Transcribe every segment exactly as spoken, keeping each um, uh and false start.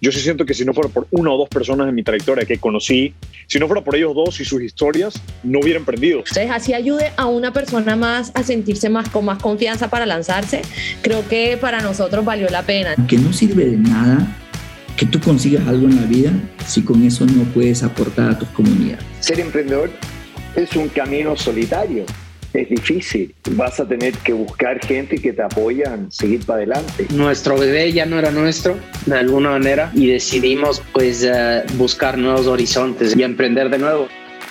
Yo sí siento que si no fuera por una o dos personas en mi trayectoria que conocí, si no fuera por ellos dos y sus historias, no hubiera emprendido. Entonces, así ayude a una persona más a sentirse más con más confianza para lanzarse, creo que para nosotros valió la pena. Que no sirve de nada que tú consigas algo en la vida si con eso no puedes aportar a tus comunidades. Ser emprendedor es un camino solitario. Es difícil. Vas a tener que buscar gente que te apoyan, seguir para adelante. Nuestro bebé ya no era nuestro, de alguna manera, y decidimos pues uh, buscar nuevos horizontes y emprender de nuevo.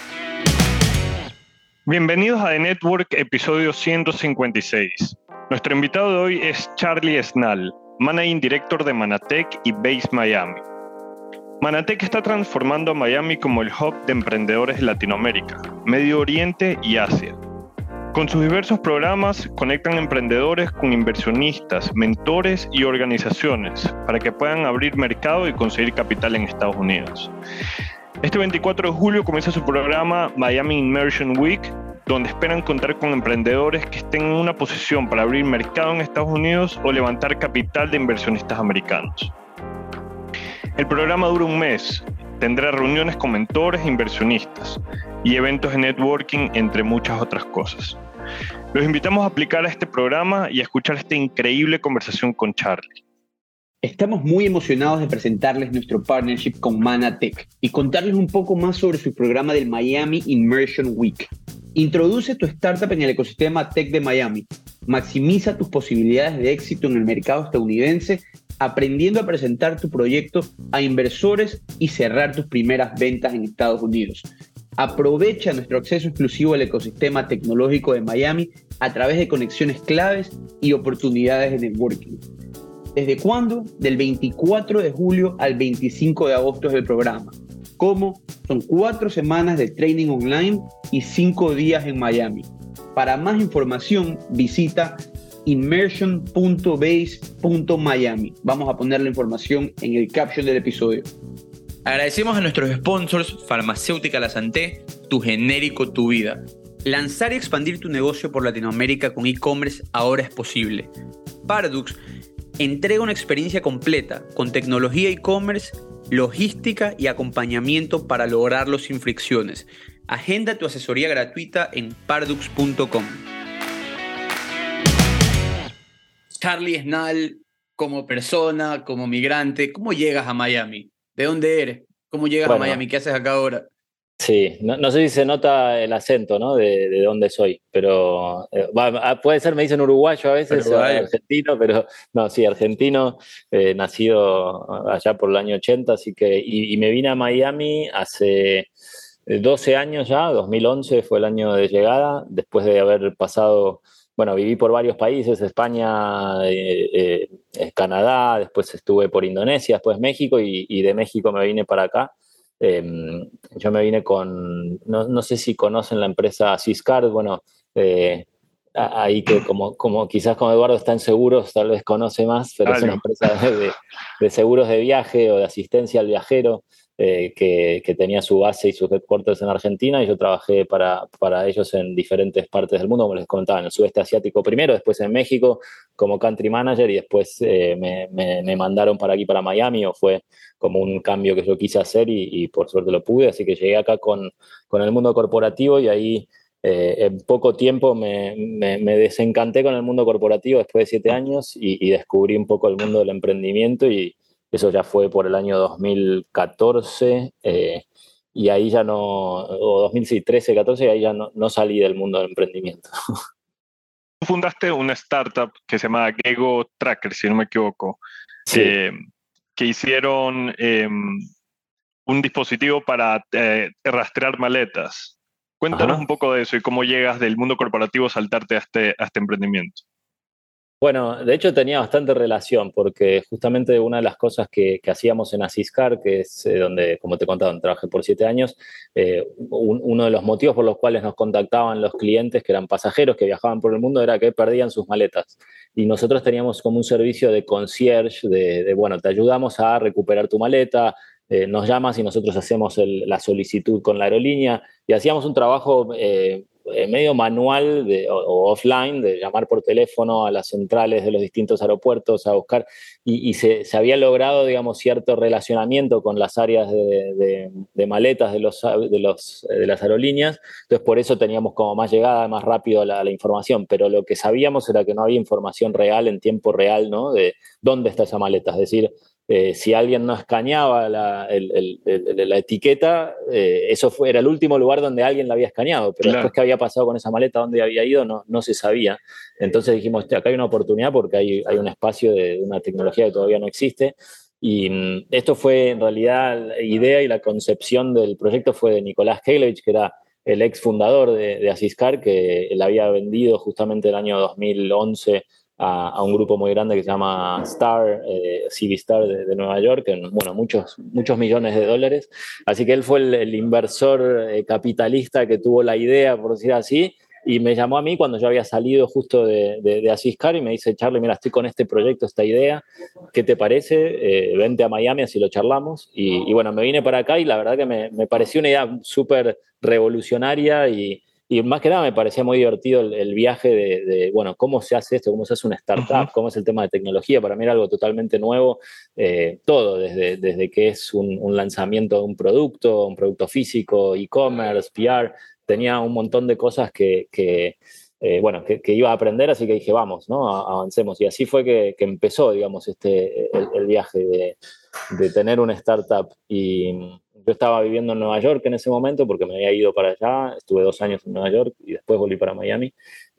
Bienvenidos a The Network, episodio ciento cincuenta y seis. Nuestro invitado de hoy es Charlie Snall, Managing Director de Manatech y Base Miami. Manatech está transformando a Miami como el hub de emprendedores de Latinoamérica, Medio Oriente y Asia. Con sus diversos programas, conectan emprendedores con inversionistas, mentores y organizaciones para que puedan abrir mercado y conseguir capital en Estados Unidos. Este veinticuatro de julio comienza su programa Miami Immersion Week, donde esperan contar con emprendedores que estén en una posición para abrir mercado en Estados Unidos o levantar capital de inversionistas americanos. El programa dura un mes. Tendrá reuniones con mentores e inversionistas y eventos de networking, entre muchas otras cosas. Los invitamos a aplicar a este programa y a escuchar esta increíble conversación con Charlie. Estamos muy emocionados de presentarles nuestro partnership con Manatech y contarles un poco más sobre su programa del Miami Immersion Week. Introduce tu startup en el ecosistema tech de Miami. Maximiza tus posibilidades de éxito en el mercado estadounidense aprendiendo a presentar tu proyecto a inversores y cerrar tus primeras ventas en Estados Unidos. Aprovecha nuestro acceso exclusivo al ecosistema tecnológico de Miami a través de conexiones claves y oportunidades de networking. ¿Desde cuándo? Del veinticuatro de julio al veinticinco de agosto es el programa. ¿Cómo? Son cuatro semanas de training online y cinco días en Miami. Para más información, visita immersion punto base punto miami. Vamos a poner la información en el caption del episodio. Agradecemos a nuestros sponsors, Farmacéutica La Santé, Tu Genérico Tu Vida. Lanzar y expandir tu negocio por Latinoamérica con e-commerce ahora es posible. Pardux entrega una experiencia completa con tecnología e-commerce, logística y acompañamiento para lograrlo sin fricciones. Agenda tu asesoría gratuita en pardux punto com. Charlie Snall, como persona, como migrante, ¿cómo llegas a Miami? ¿De dónde eres? ¿Cómo llegas bueno, a Miami? ¿Qué haces acá ahora? Sí, no, no sé si se nota el acento, ¿no? De, de dónde soy, pero eh, va, puede ser, me dicen uruguayo a veces, o argentino, pero no, sí, argentino, eh, nacido allá por el año ochenta, así que, y, y me vine a Miami hace doce años ya, dos mil once fue el año de llegada, después de haber pasado... Bueno, viví por varios países, España, eh, eh, Canadá, después estuve por Indonesia, después México y, y de México me vine para acá. Eh, yo me vine con, no, no sé si conocen la empresa Syscard, bueno, eh, ahí que como, como quizás como Eduardo está en seguros, tal vez conoce más, pero es una empresa de, de seguros de viaje o de asistencia al viajero. Eh, que, que tenía su base y sus headquarters en Argentina y yo trabajé para, para ellos en diferentes partes del mundo, como les comentaba, en el sudeste asiático primero, después en México como country manager y después eh, me, me, me mandaron para aquí, para Miami, o fue como un cambio que yo quise hacer y, y por suerte lo pude, así que llegué acá con, con el mundo corporativo y ahí eh, en poco tiempo me, me, me desencanté con el mundo corporativo después de siete años y, y descubrí un poco el mundo del emprendimiento y eso ya fue por el año dos mil catorce eh, y ahí ya no, o dos mil trece, catorce, y ahí ya no, no salí del mundo del emprendimiento. Tú fundaste una startup que se llama Gego Tracker, si no me equivoco, sí. eh, que hicieron eh, un dispositivo para eh, rastrear maletas. Cuéntanos Ajá. un poco de eso y cómo llegas del mundo corporativo a saltarte a este, a este emprendimiento. Bueno, de hecho tenía bastante relación porque justamente una de las cosas que, que hacíamos en Asiscar, que es eh, donde, como te contaba, trabajé por siete años, eh, un, uno de los motivos por los cuales nos contactaban los clientes, que eran pasajeros que viajaban por el mundo, era que perdían sus maletas. Y nosotros teníamos como un servicio de concierge, de, de bueno, te ayudamos a recuperar tu maleta, eh, nos llamas y nosotros hacemos el, la solicitud con la aerolínea y hacíamos un trabajo... Eh, eh, medio manual de, o, o offline, de llamar por teléfono a las centrales de los distintos aeropuertos a buscar, y, y se, se había logrado, digamos, cierto relacionamiento con las áreas de, de, de maletas de, los, de, los, de las aerolíneas, entonces por eso teníamos como más llegada, más rápido la, la información, pero lo que sabíamos era que no había información real, en tiempo real, ¿no? De dónde está esa maleta, es decir, Eh, si alguien no escaneaba la, el, el, el, la etiqueta, eh, eso fue, era el último lugar donde alguien la había escaneado, pero claro, después qué había pasado con esa maleta, dónde había ido, no, no se sabía. Entonces dijimos, acá hay una oportunidad porque hay, hay un espacio de, de una tecnología que todavía no existe. Y mm, esto fue en realidad la idea y la concepción del proyecto fue de Nicolás Keglevich, que era el ex fundador de, de Asiscar, que la había vendido justamente el año dos mil once A, a un grupo muy grande que se llama Star, eh, C V Star de, de Nueva York, en, bueno, muchos, muchos millones de dólares. Así que él fue el, el inversor eh, capitalista que tuvo la idea, por decir así, y me llamó a mí cuando yo había salido justo de, de, de Asiscar y me dice, Charlie, mira, estoy con este proyecto, esta idea, ¿qué te parece? Eh, vente a Miami, así lo charlamos. Y, y bueno, me vine para acá y la verdad que me, me pareció una idea súper revolucionaria y Y más que nada me parecía muy divertido el, el viaje de, de, bueno, cómo se hace esto, cómo se hace una startup, uh-huh. cómo es el tema de tecnología. Para mí era algo totalmente nuevo. Eh, todo, desde, desde que es un, un lanzamiento de un producto, un producto físico, e-commerce, P R. Tenía un montón de cosas que, que, eh, bueno, que, que iba a aprender, así que dije, vamos, ¿no? Avancemos. Y así fue que, que empezó, digamos, este, el, el viaje de, de tener una startup. Y yo estaba viviendo en Nueva York en ese momento porque me había ido para allá, estuve dos años en Nueva York y después volví para Miami.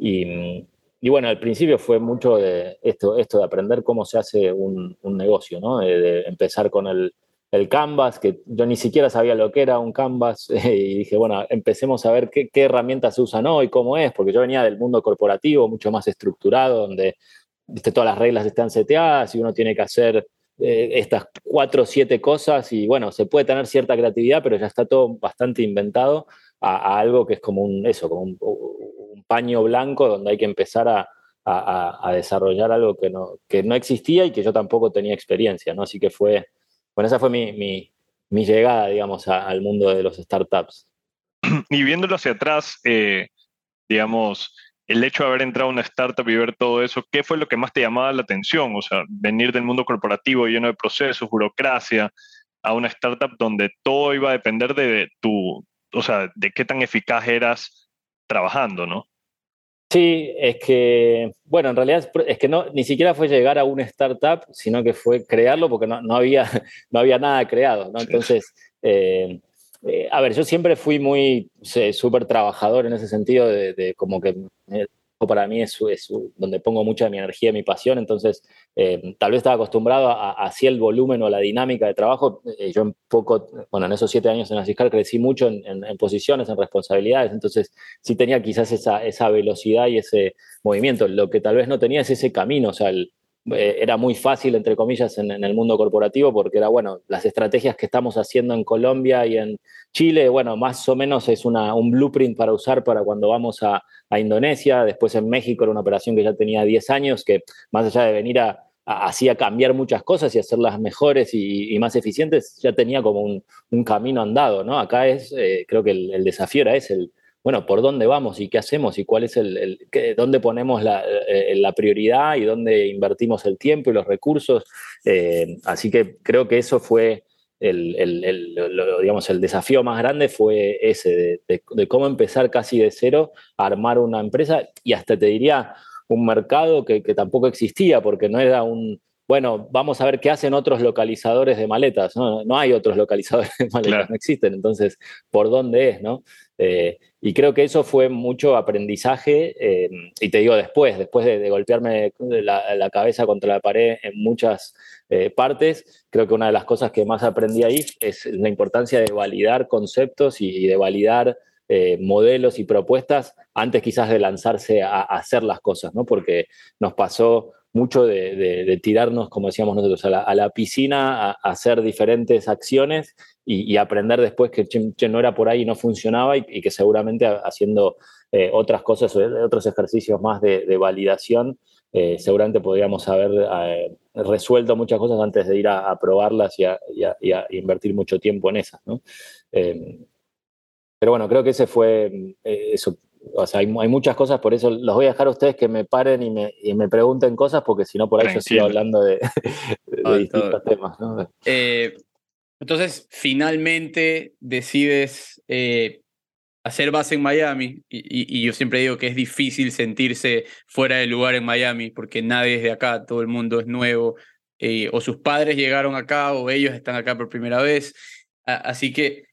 Y, y bueno, al principio fue mucho de esto, esto de aprender cómo se hace un, un negocio, ¿no? De, de empezar con el, el Canvas, que yo ni siquiera sabía lo que era un Canvas, y dije, bueno, empecemos a ver qué, qué herramientas se usan hoy, cómo es, porque yo venía del mundo corporativo mucho más estructurado, donde, viste, todas las reglas están seteadas y uno tiene que hacer Eh, estas cuatro o siete cosas y bueno, se puede tener cierta creatividad, pero ya está todo bastante inventado a, a algo que es como un, eso, como un, un paño blanco donde hay que empezar a, a, a desarrollar algo que no, que no existía y que yo tampoco tenía experiencia, ¿no? Así que fue, bueno, esa fue mi, mi, mi llegada, digamos, a, al mundo de los startups. Y viéndolo hacia atrás, eh, digamos, el hecho de haber entrado a una startup y ver todo eso, ¿qué fue lo que más te llamaba la atención? O sea, venir del mundo corporativo lleno de procesos, burocracia, a una startup donde todo iba a depender de tu, o sea, de qué tan eficaz eras trabajando, ¿no? Sí, es que, bueno, en realidad es que no, ni siquiera fue llegar a una startup, sino que fue crearlo porque no, no, había, no había nada creado, ¿no? Entonces, eh, Eh, a ver, yo siempre fui muy súper trabajador en ese sentido, de, de como que eh, para mí es, es donde pongo mucha de mi energía y mi pasión, entonces eh, tal vez estaba acostumbrado a, a así el volumen o la dinámica de trabajo. Eh, yo en poco, bueno, en esos siete años en Asiscar crecí mucho en, en, en posiciones, en responsabilidades, entonces sí tenía quizás esa, esa velocidad y ese movimiento. Lo que tal vez no tenía es ese camino, o sea, el, era muy fácil, entre comillas, en, en el mundo corporativo porque era, bueno, las estrategias que estamos haciendo en Colombia y en Chile, bueno, más o menos es una, un blueprint para usar para cuando vamos a, a Indonesia. Después en México era una operación que ya tenía diez años, que más allá de venir a, a, así a cambiar muchas cosas y hacerlas mejores y, y más eficientes, ya tenía como un, un camino andado, ¿no? Acá es, eh, creo que el, el desafío era ese, el, bueno, ¿por dónde vamos y qué hacemos y cuál es el, el qué, dónde ponemos la, la prioridad y dónde invertimos el tiempo y los recursos? Eh, así que creo que eso fue el, el, el, el, digamos, el desafío más grande, fue ese, de, de, de cómo empezar casi de cero a armar una empresa y hasta te diría un mercado que, que tampoco existía, porque no era un, bueno, vamos a ver qué hacen otros localizadores de maletas, ¿no? No hay otros localizadores de maletas, claro. No existen, entonces, ¿por dónde es, no? Eh, y creo que eso fue mucho aprendizaje, eh, y te digo después, después de, de golpearme la, la cabeza contra la pared en muchas eh, partes, creo que una de las cosas que más aprendí ahí es la importancia de validar conceptos y, y de validar eh, modelos y propuestas antes quizás de lanzarse a, a hacer las cosas, ¿no? Porque nos pasó mucho de, de, de tirarnos, como decíamos nosotros, a la, a la piscina, a, a hacer diferentes acciones y, y aprender después que che, che, no era por ahí y no funcionaba y, y que seguramente haciendo eh, otras cosas, otros ejercicios más de, de validación, eh, seguramente podríamos haber eh, resuelto muchas cosas antes de ir a, a probarlas y a, y, a, y a invertir mucho tiempo en esas, ¿no? Eh, pero bueno, creo que ese fue, eh, eso, o sea, hay, hay muchas cosas, por eso los voy a dejar a ustedes que me paren y me, y me pregunten cosas, porque si no por ahí Tranquilo. Yo sigo hablando de, de ah, distintos todo. temas, ¿no? Eh, entonces, finalmente decides eh, hacer base en Miami y, y, y yo siempre digo que es difícil sentirse fuera de lugar en Miami porque nadie es de acá, todo el mundo es nuevo, eh, o sus padres llegaron acá o ellos están acá por primera vez. A, así que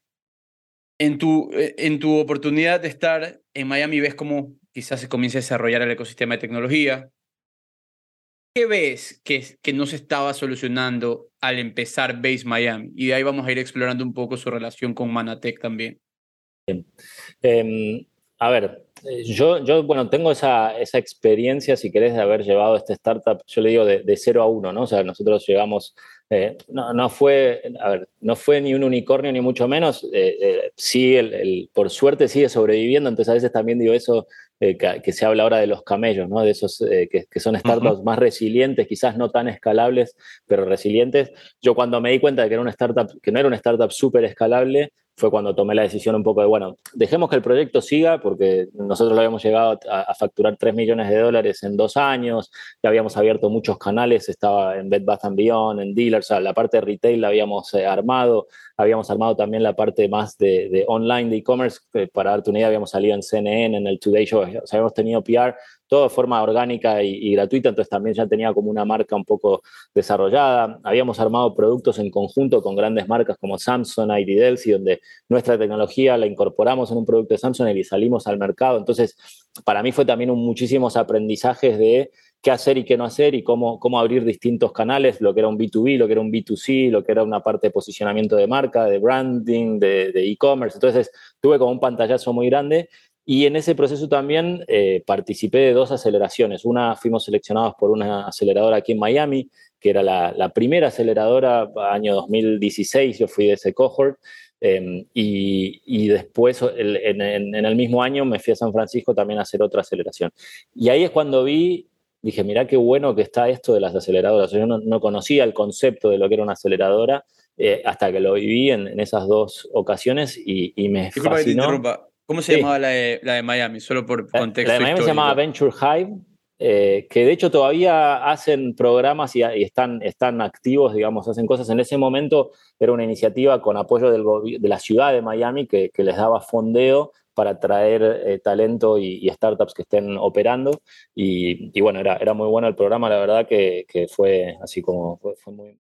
en tu, en tu oportunidad de estar en Miami ves cómo quizás se comienza a desarrollar el ecosistema de tecnología. ¿Qué ves que, que no se estaba solucionando al empezar Base Miami? Y de ahí vamos a ir explorando un poco su relación con Manatech también. Bien. Eh, a ver, yo, yo bueno, tengo esa, esa experiencia, si querés, de haber llevado este startup, yo le digo, de, de cero a uno, ¿no? O sea, nosotros llegamos, eh, no, no, fue, a ver, no fue ni un unicornio, ni mucho menos. Eh, eh, sí, el, el, por suerte sigue sobreviviendo, entonces a veces también digo eso, eh, que, que se habla ahora de los camellos, ¿no? De esos eh, que, que son startups uh-huh. más resilientes, quizás no tan escalables, pero resilientes. Yo cuando me di cuenta de que era una startup, que no era una startup súper escalable, fue cuando tomé la decisión un poco de, bueno, dejemos que el proyecto siga, porque nosotros lo habíamos llegado a, a facturar tres millones de dólares en dos años, ya habíamos abierto muchos canales, estaba en Bed Bath and Beyond, en Dealers, o sea, la parte de retail la habíamos eh, armado, habíamos armado también la parte más de, de online, de e-commerce, eh, para darte una idea, habíamos salido en C N N, en el Today Show, o sea, habíamos tenido P R, todo de forma orgánica y, y gratuita, entonces también ya tenía como una marca un poco desarrollada. Habíamos armado productos en conjunto con grandes marcas como Samsonite y Delphi, donde nuestra tecnología la incorporamos en un producto de Samsonite y salimos al mercado. Entonces, para mí fue también un, muchísimos aprendizajes de qué hacer y qué no hacer y cómo, cómo abrir distintos canales, lo que era un B dos B, lo que era un B dos C, lo que era una parte de posicionamiento de marca, de branding, de, de e-commerce. Entonces, tuve como un pantallazo muy grande. Y en ese proceso también eh, participé de dos aceleraciones. Una, fuimos seleccionados por una aceleradora aquí en Miami, que era la, la primera aceleradora, año dos mil dieciséis, yo fui de ese cohort. Eh, y, y después, el, en, en el mismo año, me fui a San Francisco también a hacer otra aceleración. Y ahí es cuando vi, dije, mirá qué bueno que está esto de las aceleradoras. Yo no, no conocía el concepto de lo que era una aceleradora eh, hasta que lo viví en, en esas dos ocasiones y, y me Disculpa fascinó. Que te interrumpa. ¿Cómo se sí. llamaba la de, la de Miami? Solo por contexto La de Miami histórico. Se llamaba Venture Hive, eh, que de hecho todavía hacen programas y, y están, están activos, digamos, hacen cosas. En ese momento era una iniciativa con apoyo del, de la ciudad de Miami que, que les daba fondeo para traer eh, talento y, y startups que estén operando. Y, y bueno, era, era muy bueno el programa, la verdad que, que fue así como, fue, fue muy...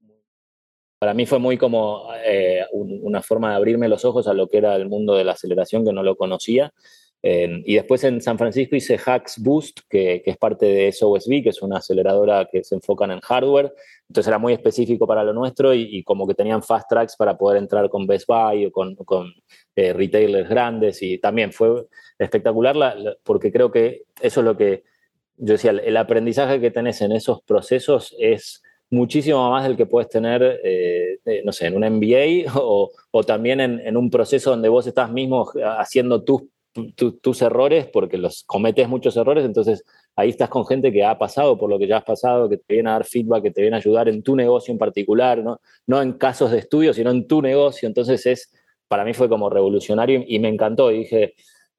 Para mí fue muy como eh, un, una forma de abrirme los ojos a lo que era el mundo de la aceleración, que no lo conocía. Eh, y después en San Francisco hice Hacks Boost, que, que es parte de S O S B, que es una aceleradora que se enfocan en hardware. Entonces era muy específico para lo nuestro y, y como que tenían fast tracks para poder entrar con Best Buy o con, con eh, retailers grandes. Y también fue espectacular la, la, porque creo que eso es lo que yo decía, el, el aprendizaje que tenés en esos procesos es muchísimo más del que puedes tener, eh, eh, no sé, en un M B A o, o también en, en un proceso donde vos estás mismo haciendo tus, tu, tus errores, porque los cometes muchos errores, entonces ahí estás con gente que ha pasado por lo que ya has pasado, que te viene a dar feedback, que te viene a ayudar en tu negocio en particular, no, no en casos de estudio, sino en tu negocio. Entonces es, para mí fue como revolucionario y, y me encantó y dije...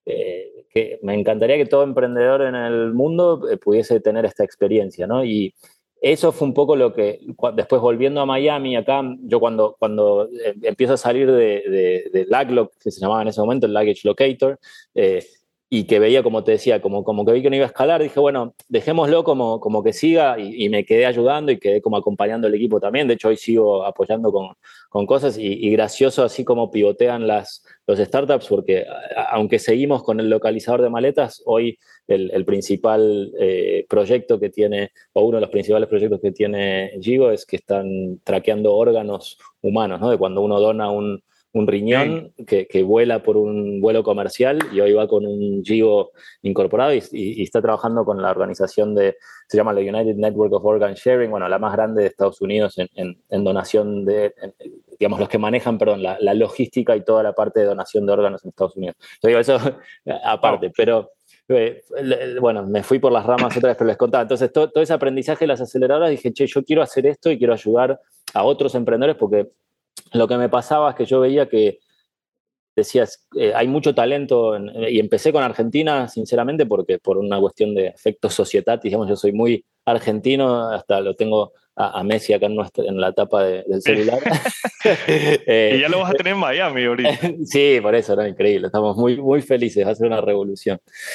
Eh, que me encantaría que todo emprendedor en el mundo eh, pudiese tener esta experiencia, ¿no? Y eso fue un poco lo que, después volviendo a Miami, acá, yo cuando, cuando eh, empiezo a salir de, de, de Laglock, que se llamaba en ese momento el Luggage Locator, eh, y que veía, como te decía, como, como que vi que no iba a escalar, dije, bueno, dejémoslo como, como que siga, y, y me quedé ayudando y quedé como acompañando al equipo también. De hecho, hoy sigo apoyando con, con cosas y, y gracioso así como pivotean las, los startups, porque aunque seguimos con el localizador de maletas, hoy el, el principal eh, proyecto que tiene, o uno de los principales proyectos que tiene Gigo es que están traqueando órganos humanos, ¿no? De cuando uno dona un un riñón que, que vuela por un vuelo comercial y hoy va con un Gigo incorporado y, y, y está trabajando con la organización de, se llama la United Network of Organ Sharing, bueno, la más grande de Estados Unidos en, en, en donación de, en, digamos, los que manejan, perdón, la, la logística y toda la parte de donación de órganos en Estados Unidos. Entonces, digo, eso aparte, oh. pero... Bueno, me fui por las ramas otra vez, pero les contaba. Entonces, todo, todo ese aprendizaje de las aceleradoras, dije, che, yo quiero hacer esto y quiero ayudar a otros emprendedores porque lo que me pasaba es que yo veía que decías, eh, hay mucho talento, en, y empecé con Argentina, sinceramente, porque por una cuestión de efecto societatis, digamos, yo soy muy argentino, hasta lo tengo a, a Messi acá en, nuestra, en la tapa de, del celular. eh, y ya lo vas a tener en Miami ahorita. Sí, por eso, ¿no? Increíble, estamos muy, muy felices, va a ser una revolución.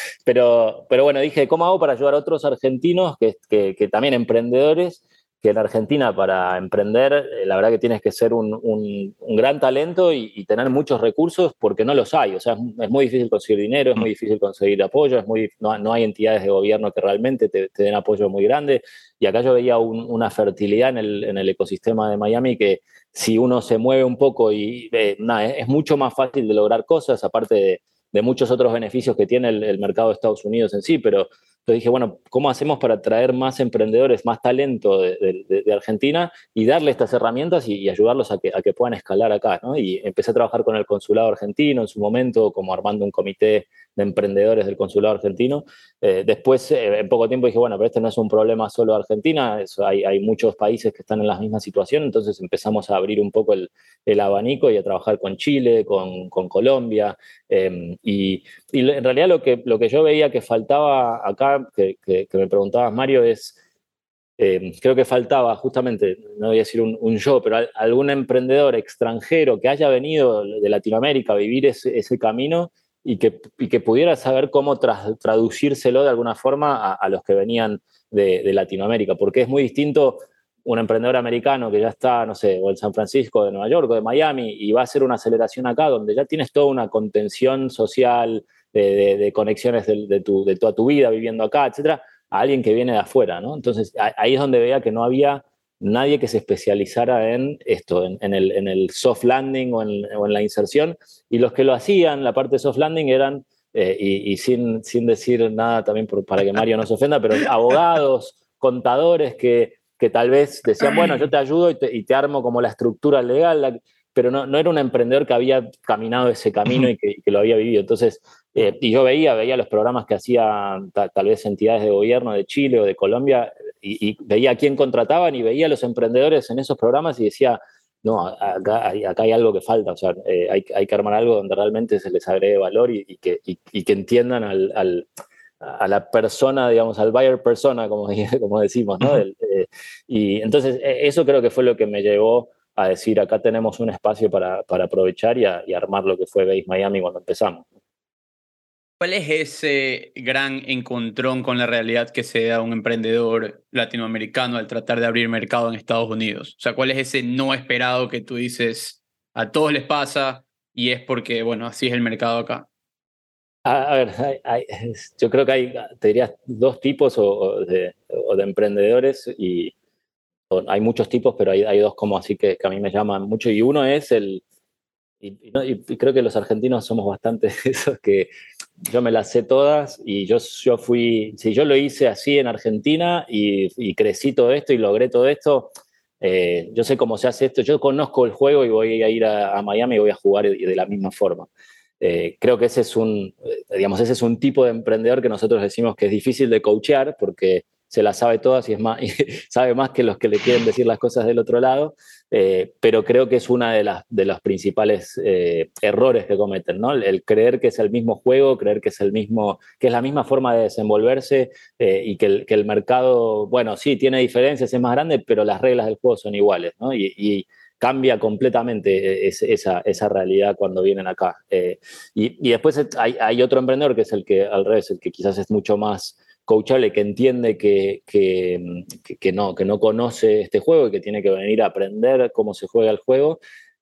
Pero, pero bueno, dije, ¿cómo hago para ayudar a otros argentinos, que, que, que también emprendedores, que en Argentina para emprender, eh, la verdad que tienes que ser un, un, un gran talento y, y tener muchos recursos, porque no los hay. O sea, es, es muy difícil conseguir dinero, es muy difícil conseguir apoyo, es muy, no, no hay entidades de gobierno que realmente te, te den apoyo muy grande. Y acá yo veía un, una fertilidad en el, en el ecosistema de Miami que si uno se mueve un poco y eh, nada, es, es mucho más fácil de lograr cosas, aparte de, de muchos otros beneficios que tiene el, el mercado de Estados Unidos en sí, pero entonces dije, bueno, ¿cómo hacemos para traer más emprendedores, más talento de, de, de Argentina y darle estas herramientas y, y ayudarlos a que, a que puedan escalar acá, ¿no? Y empecé a trabajar con el consulado argentino en su momento, como armando un comité de emprendedores del consulado argentino. Eh, después, eh, en poco tiempo dije, bueno, pero este no es un problema solo de Argentina, eso, hay, hay muchos países que están en la misma situación, entonces empezamos a abrir un poco el, el abanico y a trabajar con Chile, con, con Colombia, eh, y, y en realidad lo que, lo que yo veía que faltaba acá, que, que, que me preguntabas, Mario, es, eh, creo que faltaba justamente, no voy a decir un, un yo, pero algún emprendedor extranjero que haya venido de Latinoamérica a vivir ese, ese camino y que, y que pudiera saber cómo tra traducírselo de alguna forma a, a los que venían de, de Latinoamérica, porque es muy distinto un emprendedor americano que ya está, no sé, o en San Francisco, de Nueva York, o de Miami, y va a hacer una aceleración acá, donde ya tienes toda una contención social, de, de, de conexiones de, de, tu, de toda tu vida viviendo acá, etcétera, a alguien que viene de afuera, ¿no? Entonces, ahí es donde veía que no había nadie que se especializara en esto, en, en, el, en el soft landing o en, o en la inserción, y los que lo hacían, la parte de soft landing, eran, eh, y, y sin, sin decir nada también por, para que Mario no se ofenda, pero abogados, contadores que que tal vez decían, bueno, yo te ayudo y te, y te armo como la estructura legal, la, pero no, no era un emprendedor que había caminado ese camino y que, y que lo había vivido. Entonces, eh, y yo veía, veía los programas que hacían ta, tal vez entidades de gobierno de Chile o de Colombia, y, y veía a quién contrataban y veía a los emprendedores en esos programas y decía, no, acá, acá hay algo que falta, o sea, eh, hay, hay que armar algo donde realmente se les agregue valor y, y, que, y, y que entiendan al... al a la persona, digamos, al buyer persona, como, como decimos, ¿no? El, eh, y entonces eso creo que fue lo que me llevó a decir, acá tenemos un espacio para, para aprovechar y, a, y armar lo que fue Base Miami cuando empezamos. ¿Cuál es ese gran encontrón con la realidad que se da un emprendedor latinoamericano al tratar de abrir mercado en Estados Unidos? O sea, ¿cuál es ese no esperado que tú dices, a todos les pasa y es porque, bueno, así es el mercado acá? A ver, hay, hay, yo creo que hay, te diría, dos tipos o, o, de, o de emprendedores y o, hay muchos tipos, pero hay, hay dos como así que, que a mí me llaman mucho. Y uno es el, y, y, no, y creo que los argentinos somos bastante esos que yo me las sé todas y yo, yo fui, si yo lo hice así en Argentina y, y crecí todo esto y logré todo esto, eh, yo sé cómo se hace esto, yo conozco el juego y voy a ir a, a Miami y voy a jugar de, de la misma forma. Eh, creo que ese es un, digamos, ese es un tipo de emprendedor que nosotros decimos que es difícil de coachear porque se las sabe todas y, es más, y sabe más que los que le quieren decir las cosas del otro lado, eh, pero creo que es uno de, las, de los principales eh, errores que cometen, ¿no? El, el creer que es el mismo juego, creer que es, el mismo, que es la misma forma de desenvolverse eh, y que el, que el mercado, bueno, sí, tiene diferencias, es más grande, pero las reglas del juego son iguales, ¿no? Y, y cambia completamente es, esa, esa realidad cuando vienen acá. Eh, y, y después hay, hay otro emprendedor que es el que, al revés, el que quizás es mucho más coachable, que entiende que, que, que, que, no, que no conoce este juego y que tiene que venir a aprender cómo se juega el juego,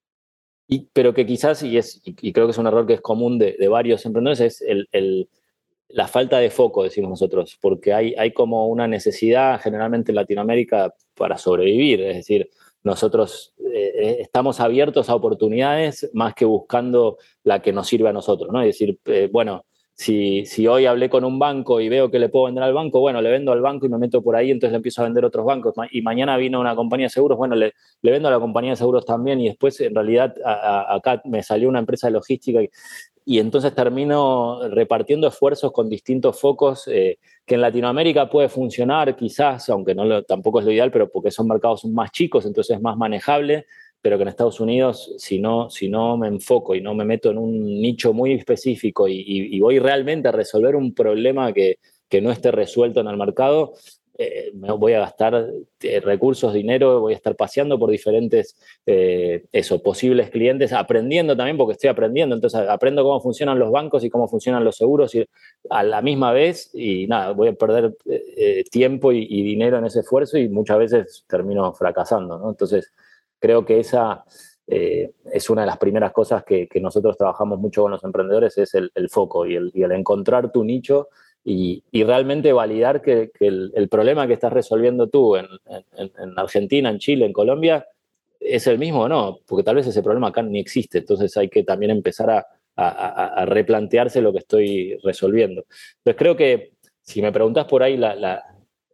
y, pero que quizás, y, es, y, y creo que es un error que es común de, de varios emprendedores, es el, el, la falta de foco, decimos nosotros, porque hay, hay como una necesidad generalmente en Latinoamérica para sobrevivir, es decir, nosotros eh, estamos abiertos a oportunidades más que buscando la que nos sirve a nosotros, ¿no? Es decir, eh, bueno, si, si hoy hablé con un banco y veo que le puedo vender al banco, bueno, le vendo al banco y me meto por ahí, entonces le empiezo a vender a otros bancos. Y mañana vino una compañía de seguros, bueno, le, le vendo a la compañía de seguros también y después en realidad a, a, acá me salió una empresa de logística y, y entonces termino repartiendo esfuerzos con distintos focos eh, que en Latinoamérica puede funcionar quizás, aunque no lo, tampoco es lo ideal, pero porque son mercados más chicos, entonces es más manejable, pero que en Estados Unidos, si no, si no me enfoco y no me meto en un nicho muy específico y, y, y voy realmente a resolver un problema que, que no esté resuelto en el mercado, eh, me voy a gastar eh, recursos, dinero, voy a estar paseando por diferentes eh, eso, posibles clientes, aprendiendo también, porque estoy aprendiendo, entonces aprendo cómo funcionan los bancos y cómo funcionan los seguros y a la misma vez, y nada, voy a perder eh, tiempo y, y dinero en ese esfuerzo y muchas veces termino fracasando, ¿no? Entonces, creo que esa eh, es una de las primeras cosas que, que nosotros trabajamos mucho con los emprendedores, es el, el foco y el, y el encontrar tu nicho y, y realmente validar que, que el, el problema que estás resolviendo tú en, en, en Argentina, en Chile, en Colombia, es el mismo o no, porque tal vez ese problema acá ni existe. Entonces hay que también empezar a, a, a replantearse lo que estoy resolviendo. Entonces creo que si me preguntás por ahí, la, la,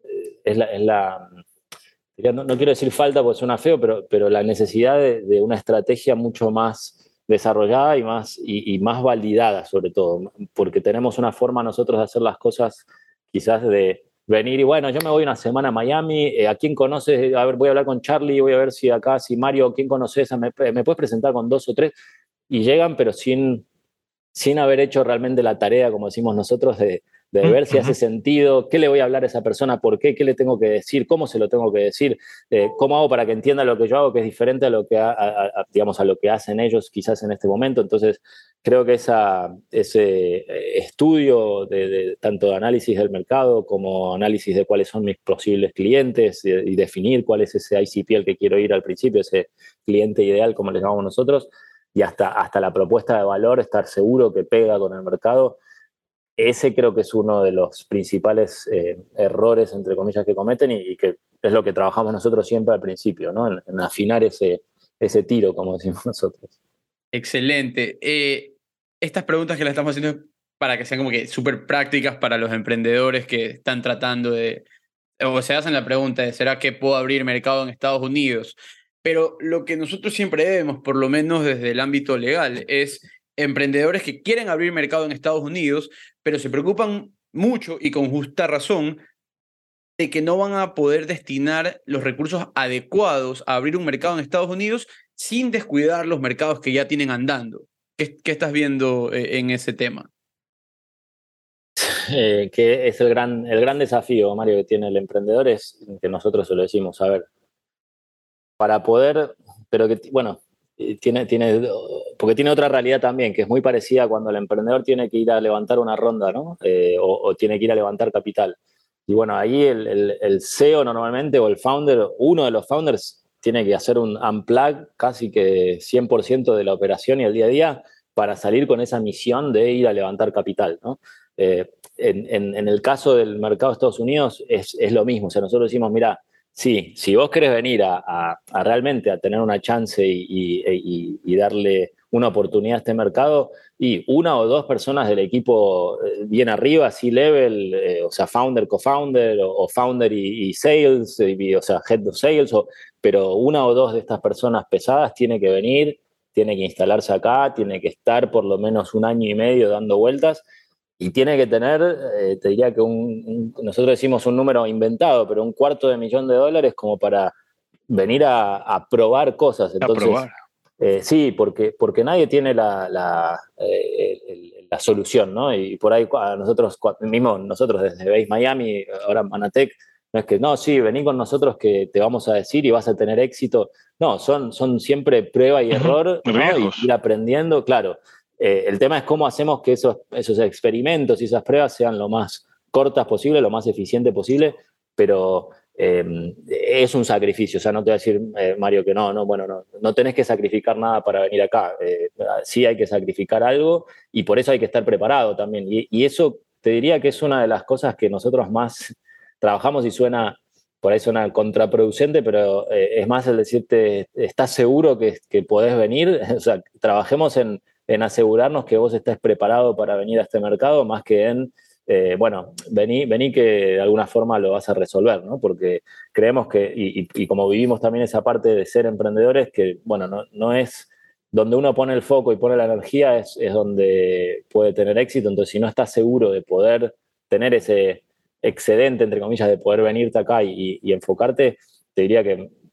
es la... Es la No, no quiero decir falta porque suena feo, pero, pero la necesidad de, de una estrategia mucho más desarrollada y más, y, y más validada, sobre todo, porque tenemos una forma nosotros de hacer las cosas quizás de venir y bueno, yo me voy una semana a Miami, eh, ¿a quién conoces? A ver, voy a hablar con Charlie, voy a ver si acá, si Mario, ¿quién conoces? ¿Me, me puedes presentar con dos o tres? Y llegan, pero sin, sin haber hecho realmente la tarea, como decimos nosotros, de de ver si hace sentido, qué le voy a hablar a esa persona, por qué, qué le tengo que decir, cómo se lo tengo que decir, eh, cómo hago para que entienda lo que yo hago, que es diferente a lo que, a, a, a, digamos, a lo que hacen ellos quizás en este momento. Entonces, creo que esa, ese estudio de, de tanto de análisis del mercado como análisis de cuáles son mis posibles clientes y, y definir cuál es ese I C P al que quiero ir al principio, ese cliente ideal, como le llamamos nosotros, y hasta, hasta la propuesta de valor, estar seguro que pega con el mercado. Ese creo que es uno de los principales eh, errores, entre comillas, que cometen y, y que es lo que trabajamos nosotros siempre al principio, ¿no? En, en afinar ese, ese tiro, como decimos nosotros. Excelente. Eh, estas preguntas que le estamos haciendo para que sean como que súper prácticas para los emprendedores que están tratando de, o se hacen la pregunta de ¿será que puedo abrir mercado en Estados Unidos? Pero lo que nosotros siempre debemos, por lo menos desde el ámbito legal, es emprendedores que quieren abrir mercado en Estados Unidos, pero se preocupan mucho y con justa razón de que no van a poder destinar los recursos adecuados a abrir un mercado en Estados Unidos sin descuidar los mercados que ya tienen andando. ¿Qué, qué estás viendo eh, en ese tema? Eh, que es el gran, el gran desafío, Mario, que tiene el emprendedor, es que nosotros se lo decimos, a ver, para poder, pero que, bueno, tiene, tiene, porque tiene otra realidad también, que es muy parecida a cuando el emprendedor tiene que ir a levantar una ronda, ¿no? Eh, o, o tiene que ir a levantar capital. Y bueno, ahí el, el, el C E O normalmente, o el founder, uno de los founders, tiene que hacer un unplug casi que cien por ciento de la operación y el día a día para salir con esa misión de ir a levantar capital, ¿no? Eh, en, en, en el caso del mercado de Estados Unidos es, es lo mismo. O sea, nosotros decimos, mira, sí, si vos querés venir a, a, a realmente a tener una chance y, y, y, y darle una oportunidad a este mercado, y una o dos personas del equipo bien arriba, C-level, eh, o sea, founder, co-founder, o, o founder y, y sales, y, o sea, head of sales, o, pero una o dos de estas personas pesadas tiene que venir, tiene que instalarse acá, tiene que estar por lo menos un año y medio dando vueltas, y tiene que tener, eh, te diría que un, un, nosotros decimos un número inventado, pero un cuarto de millón de dólares como para venir a, a probar cosas. Entonces, a probar. Eh, sí, porque, porque nadie tiene la, la, eh, el, la solución, ¿no? Y por ahí a nosotros, mismo nosotros desde Base Miami, ahora Manatec, no es que, no, sí, vení con nosotros que te vamos a decir y vas a tener éxito. No, son, son siempre prueba y error, uh-huh. ¿no? Y ir aprendiendo, claro. Eh, el tema es cómo hacemos que esos, esos experimentos y esas pruebas sean lo más cortas posible, lo más eficiente posible, pero eh, es un sacrificio. O sea, no te voy a decir, eh, Mario, que no, no, bueno, no, no tenés que sacrificar nada para venir acá. Eh, sí hay que sacrificar algo y por eso hay que estar preparado también. Y, y eso te diría que es una de las cosas que nosotros más trabajamos y suena, por ahí suena contraproducente, pero eh, es más el decirte, ¿estás seguro que, que podés venir? O sea, trabajemos en en asegurarnos que vos estés preparado para venir a este mercado, más que en, eh, bueno, vení, vení que de alguna forma lo vas a resolver, ¿no? Porque creemos que, y, y, y como vivimos también esa parte de ser emprendedores, que, bueno, no, no es donde uno pone el foco y pone la energía, es, es donde puede tener éxito. Entonces, si no estás seguro de poder tener ese excedente, entre comillas, de poder venirte acá y, y enfocarte, te diría que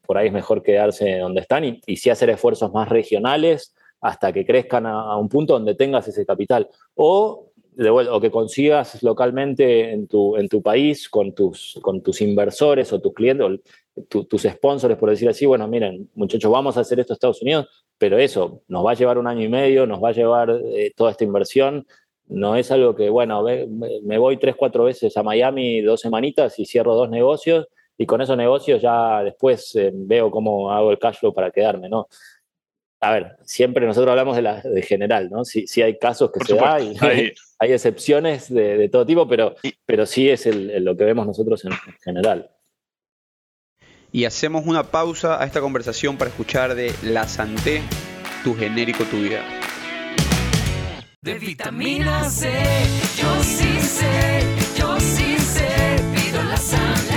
por ahí es mejor quedarse donde están y, y sí hacer esfuerzos más regionales hasta que crezcan a, a un punto donde tengas ese capital. O, de vuelta, o que consigas localmente en tu, en tu país con tus, con tus inversores o tus clientes, o tu, tus sponsors, por decir así, bueno, miren, muchachos, vamos a hacer esto en Estados Unidos, pero eso nos va a llevar un año y medio, nos va a llevar eh, toda esta inversión. No es algo que, bueno, me voy tres, cuatro veces a Miami dos semanitas y cierro dos negocios y con esos negocios ya después eh, veo cómo hago el cash flow para quedarme, ¿no? A ver, siempre nosotros hablamos de, la, de general, ¿no? Sí, sí hay casos que Por se supuesto, da y hay, hay excepciones de, de todo tipo, pero, pero sí es el, el, lo que vemos nosotros en, en general. Y hacemos una pausa a esta conversación para escuchar de La Santé, tu genérico, tu vida. De vitamina C, yo sí sé, yo sí sé, pido la Santé.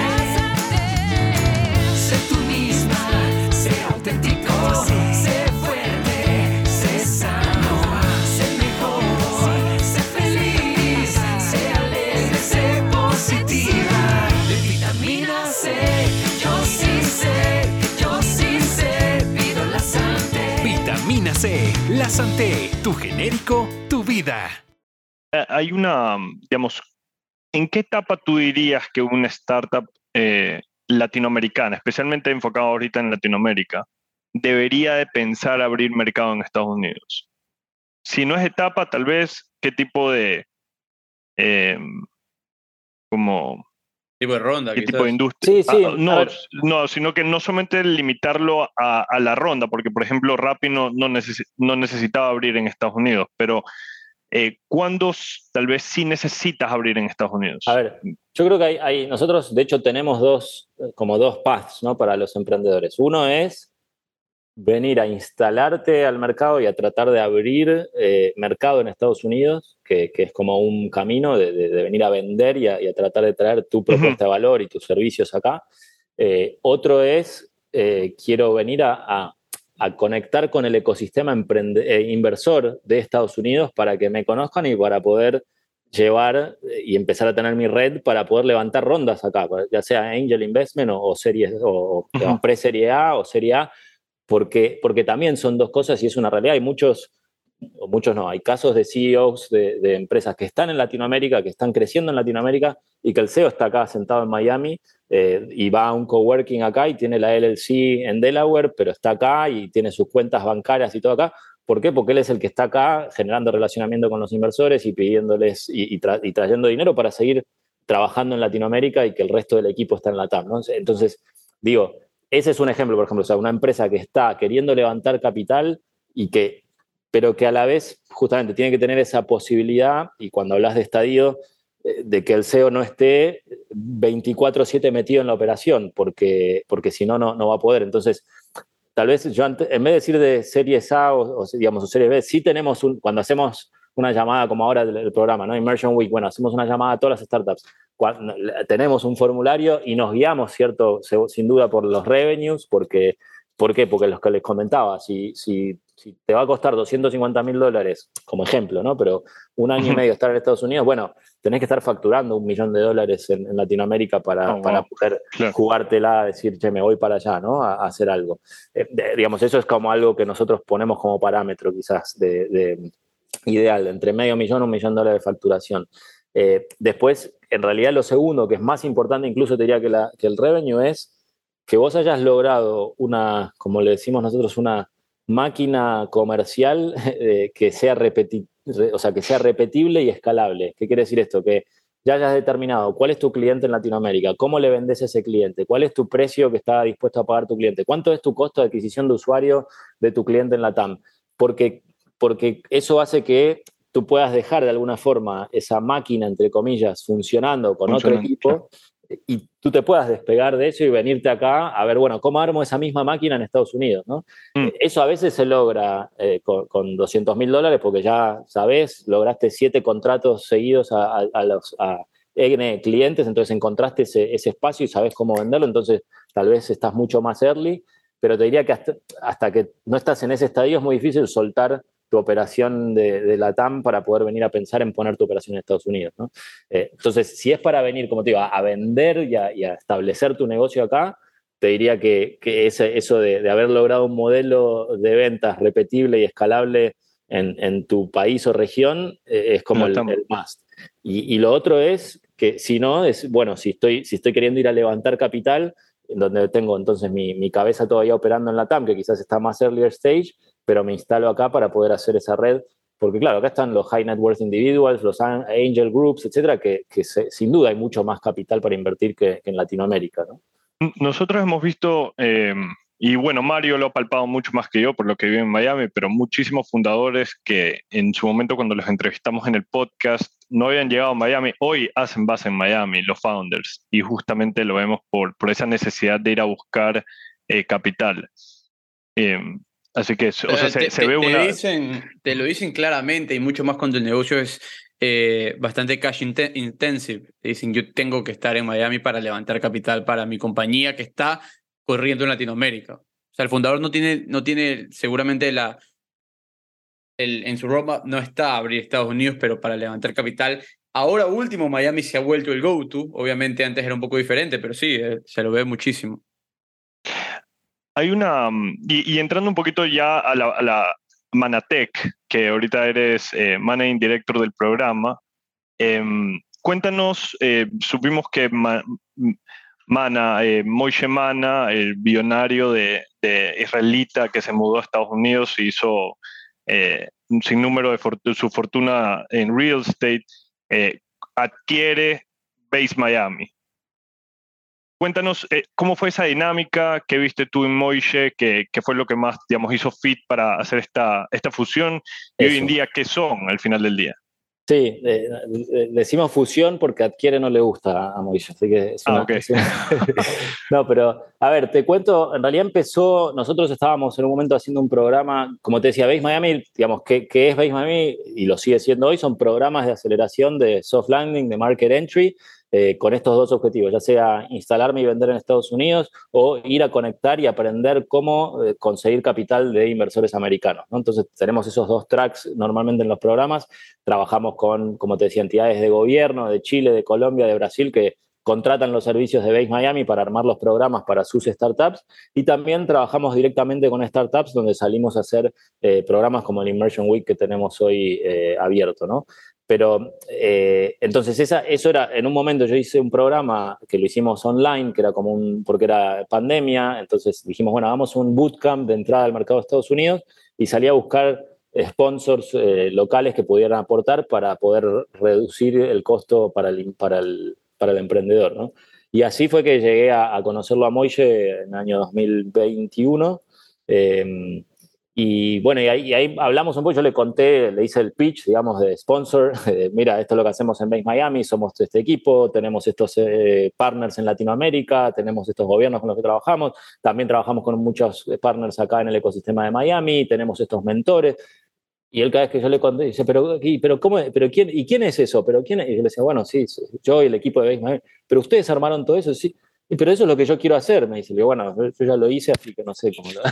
Sé tú misma, sé auténtico, sé fuerte, sé sano, sé mejor, sé feliz, sé alegre, sé positiva. De vitamina C, yo sí sé, yo sí sé, pido la Santé. Vitamina C, la Santé, tu genérico, tu vida. Hay una, digamos, ¿en qué etapa tú dirías que una startup eh, latinoamericana, especialmente enfocada ahorita en Latinoamérica, debería de pensar abrir mercado en Estados Unidos? Si no es etapa, tal vez, ¿qué tipo de, eh, como... tipo de ronda, ¿qué quizás? tipo de industria? Sí, sí, ah, no, no, sino que no solamente limitarlo a, a la ronda, porque, por ejemplo, Rappi no, no, necesi- no necesitaba abrir en Estados Unidos, pero eh, ¿cuándo tal vez sí necesitas abrir en Estados Unidos? A ver, yo creo que hay, hay nosotros, de hecho, tenemos dos, como dos paths, ¿no? Para los emprendedores. Uno es venir a instalarte al mercado y a tratar de abrir eh, mercado en Estados Unidos, que, que es como un camino de, de, de venir a vender y a, y a tratar de traer tu propuesta uh-huh. de valor y tus servicios acá. Eh, otro es, eh, quiero venir a, a, a conectar con el ecosistema emprende, eh, inversor de Estados Unidos para que me conozcan y para poder llevar y empezar a tener mi red para poder levantar rondas acá, ya sea Angel Investment o, o, series, o uh-huh. pre-serie A o serie A, Porque, porque también son dos cosas y es una realidad. Hay muchos, o muchos no, hay casos de C E Os de, de empresas que están en Latinoamérica, que están creciendo en Latinoamérica y que el C E O está acá sentado en Miami eh, y va a un coworking acá y tiene la L L C en Delaware, pero está acá y tiene sus cuentas bancarias y todo acá. ¿Por qué? Porque él es el que está acá generando relacionamiento con los inversores y pidiéndoles y, y, tra- y trayendo dinero para seguir trabajando en Latinoamérica y que el resto del equipo está en la T A M, ¿no? Entonces, digo, ese es un ejemplo, por ejemplo, o sea, una empresa que está queriendo levantar capital y que, pero que a la vez justamente tiene que tener esa posibilidad, y cuando hablas de estadio, de que el C E O no esté veinticuatro siete metido en la operación, porque, porque si no, no va a poder. Entonces, tal vez yo, en vez de decir de series A o, o digamos, o series B, sí tenemos, un, cuando hacemos una llamada como ahora del, del programa, ¿no? Immersion Week, bueno, hacemos una llamada a todas las startups. Cuando, tenemos un formulario y nos guiamos, ¿cierto? Sin duda por los revenues, porque, ¿por qué? Porque los que les comentaba, si, si, si te va a costar doscientos cincuenta mil dólares, como ejemplo, ¿no? Pero un año y medio estar en Estados Unidos, bueno, tenés que estar facturando un millón de dólares en, en Latinoamérica para, oh, para poder claro. jugártela, decir, che, me voy para allá, ¿no? A, a hacer algo. Eh, de, digamos, eso es como algo que nosotros ponemos como parámetro, quizás, de, de ideal, entre medio millón y un millón de dólares de facturación. Eh, después, en realidad, lo segundo, que es más importante, incluso te diría que, la, que el revenue, es que vos hayas logrado una, como le decimos nosotros, una máquina comercial eh, que sea repeti- o sea, que sea repetible y escalable. ¿Qué quiere decir esto? Que ya hayas determinado cuál es tu cliente en Latinoamérica, cómo le vendes a ese cliente, cuál es tu precio que está dispuesto a pagar tu cliente, cuánto es tu costo de adquisición de usuario de tu cliente en la T A M. Porque, porque eso hace que tú puedas dejar de alguna forma esa máquina, entre comillas, funcionando con otro equipo y tú te puedas despegar de eso y venirte acá a ver, bueno, ¿cómo armo esa misma máquina en Estados Unidos, ¿no? Mm. Eso a veces se logra eh, con, con doscientos mil dólares porque ya sabes, lograste siete contratos seguidos a, a, a los a N clientes, entonces encontraste ese, ese espacio y sabes cómo venderlo, entonces tal vez estás mucho más early, pero te diría que hasta, hasta que no estás en ese estadio es muy difícil soltar tu operación de, de la T A M para poder venir a pensar en poner tu operación en Estados Unidos, ¿no? Eh, entonces, si es para venir, como te digo, a, a vender y a, y a establecer tu negocio acá, te diría que, que ese, eso de, de haber logrado un modelo de ventas repetible y escalable en, en tu país o región eh, es como el, el must. Y, y lo otro es que si no, es, bueno, si estoy, si estoy queriendo ir a levantar capital, donde tengo entonces mi, mi cabeza todavía operando en la T A M, que quizás está más earlier stage, pero me instalo acá para poder hacer esa red. Porque claro, acá están los high net worth individuals, los angel groups, etcétera, que, que se, sin duda hay mucho más capital para invertir que, que en Latinoamérica, ¿no? Nosotros hemos visto, eh, y bueno, Mario lo ha palpado mucho más que yo por lo que vive en Miami, pero muchísimos fundadores que en su momento cuando los entrevistamos en el podcast no habían llegado a Miami, hoy hacen base en Miami, los founders, y justamente lo vemos por, por esa necesidad de ir a buscar eh, capital. Eh, así que, o sea, se, te, se te, ve te una... Dicen, te lo dicen claramente, y mucho más cuando el negocio es eh, bastante cash inten- intensive. Te dicen, yo tengo que estar en Miami para levantar capital para mi compañía que está corriendo en Latinoamérica. O sea, el fundador no tiene, no tiene seguramente la... El, en su roadmap no está abrir Estados Unidos, pero para levantar capital. Ahora último, Miami se ha vuelto el go-to. Obviamente antes era un poco diferente, pero sí, eh, se lo ve muchísimo. Hay una... Y, y entrando un poquito ya a la, a la Manatech, que ahorita eres eh, Managing Director del programa, eh, cuéntanos, eh, supimos que Ma, Mana, eh, Moishe Mana, el billonario de, de israelita que se mudó a Estados Unidos y hizo eh, un sinnúmero de fortu- su fortuna en real estate, eh, adquiere Base Miami. Cuéntanos eh, cómo fue esa dinámica, qué viste tú en Moishe, qué, qué fue lo que más, digamos, hizo fit para hacer esta, esta fusión y Eso. hoy en día qué son al final del día. Sí, eh, decimos fusión porque adquiere no le gusta a Moishe, así que es una... Ah, okay. es una no, pero a ver, te cuento, en realidad empezó, nosotros estábamos en un momento haciendo un programa, como te decía, Base Miami, digamos, ¿qué, qué es Base Miami? Y lo sigue siendo hoy, son programas de aceleración de soft landing, de market entry, Eh, con estos dos objetivos, ya sea instalarme y vender en Estados Unidos o ir a conectar y aprender cómo eh, conseguir capital de inversores americanos, ¿no? Entonces tenemos esos dos tracks normalmente en los programas, trabajamos con, como te decía, entidades de gobierno de Chile, de Colombia, de Brasil, que contratan los servicios de Base Miami para armar los programas para sus startups y también trabajamos directamente con startups donde salimos a hacer eh, programas como el Immersion Week que tenemos hoy eh, abierto, ¿no? Pero eh, entonces esa, eso era, en un momento yo hice un programa que lo hicimos online, que era como un, porque era pandemia, entonces dijimos, bueno, hagamos un bootcamp de entrada al mercado de Estados Unidos y salí a buscar sponsors eh, locales que pudieran aportar para poder reducir el costo para el, para el, para el emprendedor, ¿no? Y así fue que llegué a, a conocerlo a Moishe en el año dos mil veintiuno. Eh, Y bueno, y ahí, y ahí hablamos un poco, yo le conté, le hice el pitch, digamos, de sponsor, eh, mira, esto es lo que hacemos en Base Miami, somos este equipo, tenemos estos eh, partners en Latinoamérica, tenemos estos gobiernos con los que trabajamos, también trabajamos con muchos partners acá en el ecosistema de Miami, tenemos estos mentores. Y él cada vez que yo le conté, dice, pero, pero, ¿cómo, pero quién, ¿y quién es eso? ¿Pero quién es? Y yo le decía, bueno, sí, yo y el equipo de Base Miami, pero ustedes armaron todo eso, sí. Pero eso es lo que yo quiero hacer, me dice. Le digo, bueno, yo ya lo hice, así que no sé cómo lo...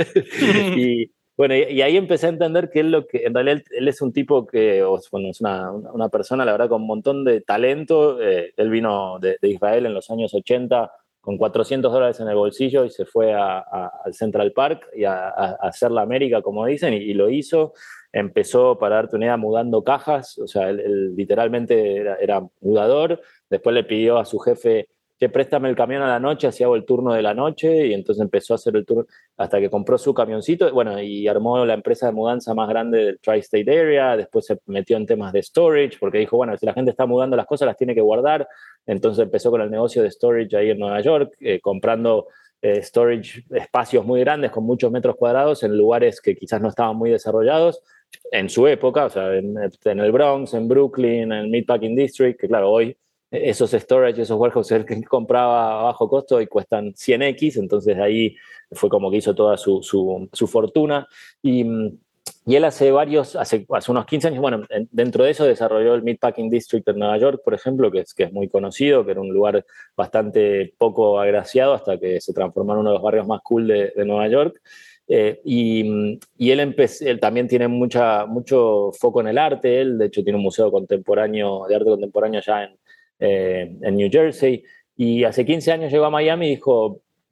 y, bueno, y, y ahí empecé a entender que él, lo que, en realidad, él, él es un tipo que, o, bueno, es una, una persona, la verdad, con un montón de talento. Eh, él vino de, de Israel en los años ochenta con cuatrocientos dólares en el bolsillo y se fue a, a, al Central Park y a, a, a hacer la América, como dicen, y, y lo hizo. Empezó, para darte una idea, mudando cajas, o sea, él, él literalmente era, era mudador. Después le pidió a su jefe, que préstame el camión a la noche, así hago el turno de la noche, y entonces empezó a hacer el turno hasta que compró su camioncito, bueno, y armó la empresa de mudanza más grande del Tri-State Area. Después se metió en temas de storage, porque dijo, bueno, si la gente está mudando las cosas, las tiene que guardar. Entonces empezó con el negocio de storage ahí en Nueva York, eh, comprando eh, storage, espacios muy grandes con muchos metros cuadrados en lugares que quizás no estaban muy desarrollados en su época, o sea, en, en el Bronx, en Brooklyn, en el Meatpacking District, que claro, hoy esos storage, esos warehouses que compraba a bajo costo y cuestan cien equis, entonces ahí fue como que hizo toda su, su, su fortuna. Y, y él hace varios, hace, hace unos quince años, bueno, dentro de eso desarrolló el Meatpacking District en Nueva York, por ejemplo, que es, que es muy conocido, que era un lugar bastante poco agraciado hasta que se transformó en uno de los barrios más cool de, de Nueva York. Eh, y, y él, empecé, él también tiene mucha, mucho foco en el arte. Él, de hecho, tiene un museo contemporáneo, de arte contemporáneo allá en, eh, en New Jersey. Y hace quince años llegó a Miami y dijo,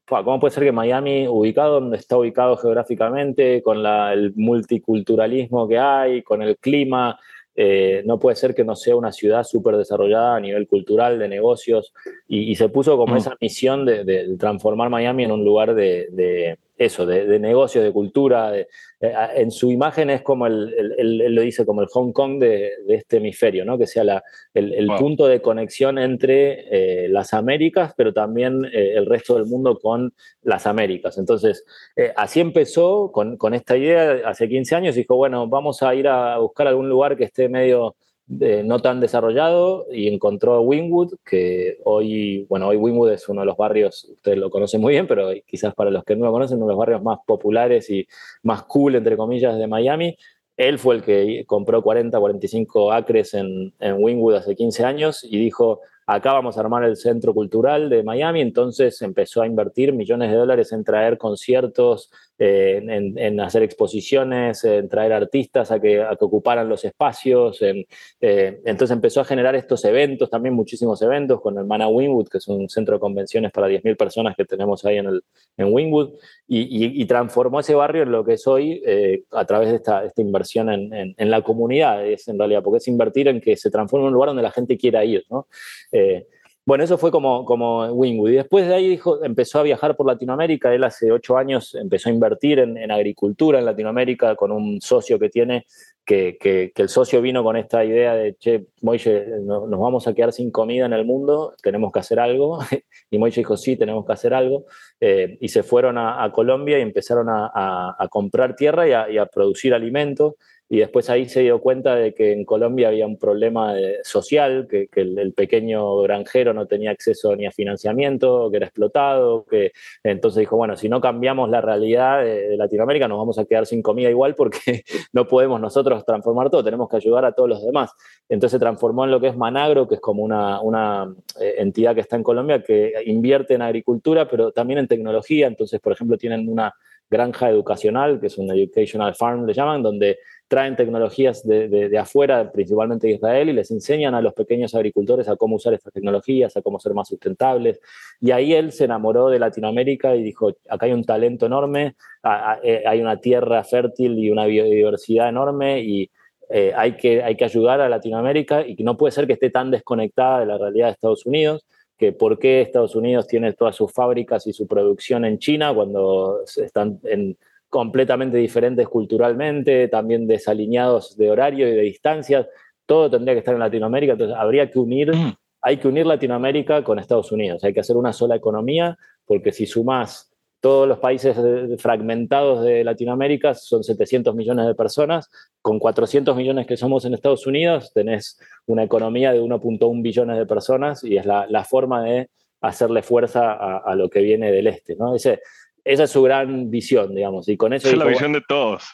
¿cómo puede ser que Miami, ubicado donde está ubicado geográficamente, con la, el multiculturalismo que hay, con el clima, eh, no puede ser que no sea una ciudad súper desarrollada a nivel cultural, de negocios, y, y se puso como mm. esa misión de, de transformar Miami en un lugar de, de eso, de, de negocios, de cultura. De, eh, en su imagen es como, el, el, el, él lo dice, como el Hong Kong de, de este hemisferio, ¿no? Que sea la, el, el wow. punto de conexión entre eh, las Américas, pero también eh, el resto del mundo con las Américas. Entonces, eh, así empezó con, con esta idea hace quince años, y dijo, bueno, vamos a ir a buscar algún lugar que esté medio eh, no tan desarrollado, y encontró Wynwood, que hoy, bueno, hoy Wynwood es uno de los barrios, ustedes lo conocen muy bien, pero quizás para los que no lo conocen, uno de los barrios más populares y más cool, entre comillas, de Miami. Él fue el que compró cuarenta, cuarenta y cinco acres en, en Wynwood hace quince años y dijo, acá vamos a armar el centro cultural de Miami. Entonces empezó a invertir millones de dólares en traer conciertos, eh, en, en hacer exposiciones, en traer artistas a que, a que ocuparan los espacios. En, eh, entonces empezó a generar estos eventos, también muchísimos eventos, con el Mana Wynwood, que es un centro de convenciones para diez mil personas que tenemos ahí en, el, en Wynwood, y, y, y transformó ese barrio en lo que es hoy eh, a través de esta, esta inversión en, en, en la comunidad, es en realidad, porque es invertir en que se transforme en un lugar donde la gente quiera ir, ¿no? Eh, bueno, eso fue como, como Wynwood. Y después de ahí dijo, empezó a viajar por Latinoamérica. Él hace ocho años empezó a invertir en, en agricultura en Latinoamérica con un socio que tiene, que, que, que el socio vino con esta idea de, che, Moishe, no, nos vamos a quedar sin comida en el mundo, tenemos que hacer algo. Y Moishe dijo, sí, tenemos que hacer algo. Eh, y se fueron a, a Colombia y empezaron a, a, a comprar tierra y a, y a producir alimentos. Y después ahí se dio cuenta de que en Colombia había un problema de, social, que, que el, el pequeño granjero no tenía acceso ni a financiamiento, que era explotado, que entonces dijo, bueno, si no cambiamos la realidad de, de Latinoamérica nos vamos a quedar sin comida igual, porque no podemos nosotros transformar todo, tenemos que ayudar a todos los demás. Entonces se transformó en lo que es Managro, que es como una, una eh, entidad que está en Colombia que invierte en agricultura, pero también en tecnología. Entonces, por ejemplo, tienen una granja educacional, que es un educational farm, le llaman, donde traen tecnologías de, de, de afuera, principalmente de Israel, y les enseñan a los pequeños agricultores a cómo usar estas tecnologías, a cómo ser más sustentables. Y ahí él se enamoró de Latinoamérica y dijo, acá hay un talento enorme, hay una tierra fértil y una biodiversidad enorme, y eh, hay, que, hay que ayudar a Latinoamérica, y que no puede ser que esté tan desconectada de la realidad de Estados Unidos, que por qué Estados Unidos tiene todas sus fábricas y su producción en China cuando están en completamente diferentes culturalmente, también desalineados de horario y de distancias. Todo tendría que estar en Latinoamérica. Entonces habría que unir, mm. hay que unir Latinoamérica con Estados Unidos. Hay que hacer una sola economía, porque si sumás todos los países fragmentados de Latinoamérica, son setecientos millones de personas, con cuatrocientos millones que somos en Estados Unidos, tenés una economía de uno punto uno billones de personas, y es la, la forma de hacerle fuerza a, a lo que viene del este, ¿no? Ese, esa es su gran visión, digamos, y con eso... Esa es dijo, la visión bueno, de todos.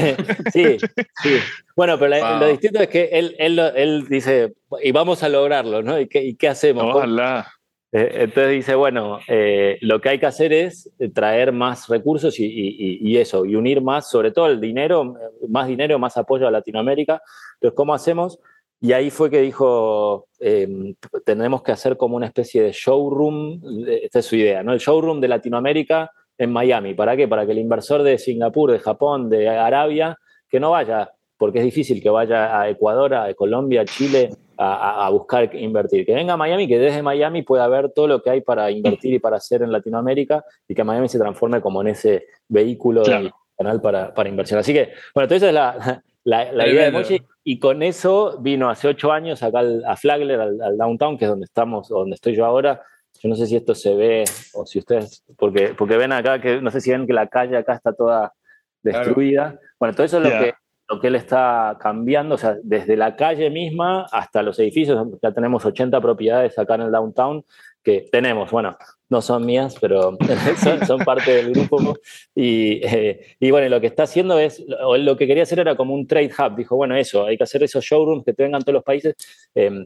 Sí, sí. Bueno, pero wow. lo distinto es que él, él, él dice, y vamos a lograrlo, ¿no? ¿Y qué, y qué hacemos? Ojalá. Entonces dice, bueno, eh, lo que hay que hacer es traer más recursos y, y, y eso, y unir más, sobre todo el dinero, más dinero, más apoyo a Latinoamérica. Entonces, ¿cómo hacemos? Y ahí fue que dijo, eh, tenemos que hacer como una especie de showroom, esta es su idea, ¿no? El showroom de Latinoamérica en Miami. ¿Para qué? Para que el inversor de Singapur, de Japón, de Arabia, que no vaya, porque es difícil que vaya a Ecuador, a Colombia, a Chile, a, a buscar invertir. Que venga a Miami, que desde Miami pueda ver todo lo que hay para invertir y para hacer en Latinoamérica, y que Miami se transforme como en ese vehículo claro. y canal para, para inversión. Así que, bueno, entonces esa es la, la, la idea de Moishe, y con eso vino hace ocho años acá al, a Flagler, al, al downtown, que es donde estamos, donde estoy yo ahora. Yo no sé si esto se ve, o si ustedes, porque, porque ven acá, que no sé si ven que la calle acá está toda destruida. Claro. Bueno, todo eso es lo yeah. que lo que él está cambiando, o sea, desde la calle misma hasta los edificios. Ya tenemos ochenta propiedades acá en el downtown que tenemos, bueno, no son mías, pero son, son parte del grupo. Y, eh, y bueno, lo que está haciendo es, o lo que quería hacer era como un trade hub. Dijo, bueno, eso, hay que hacer esos showrooms que tengan todos los países. Eh,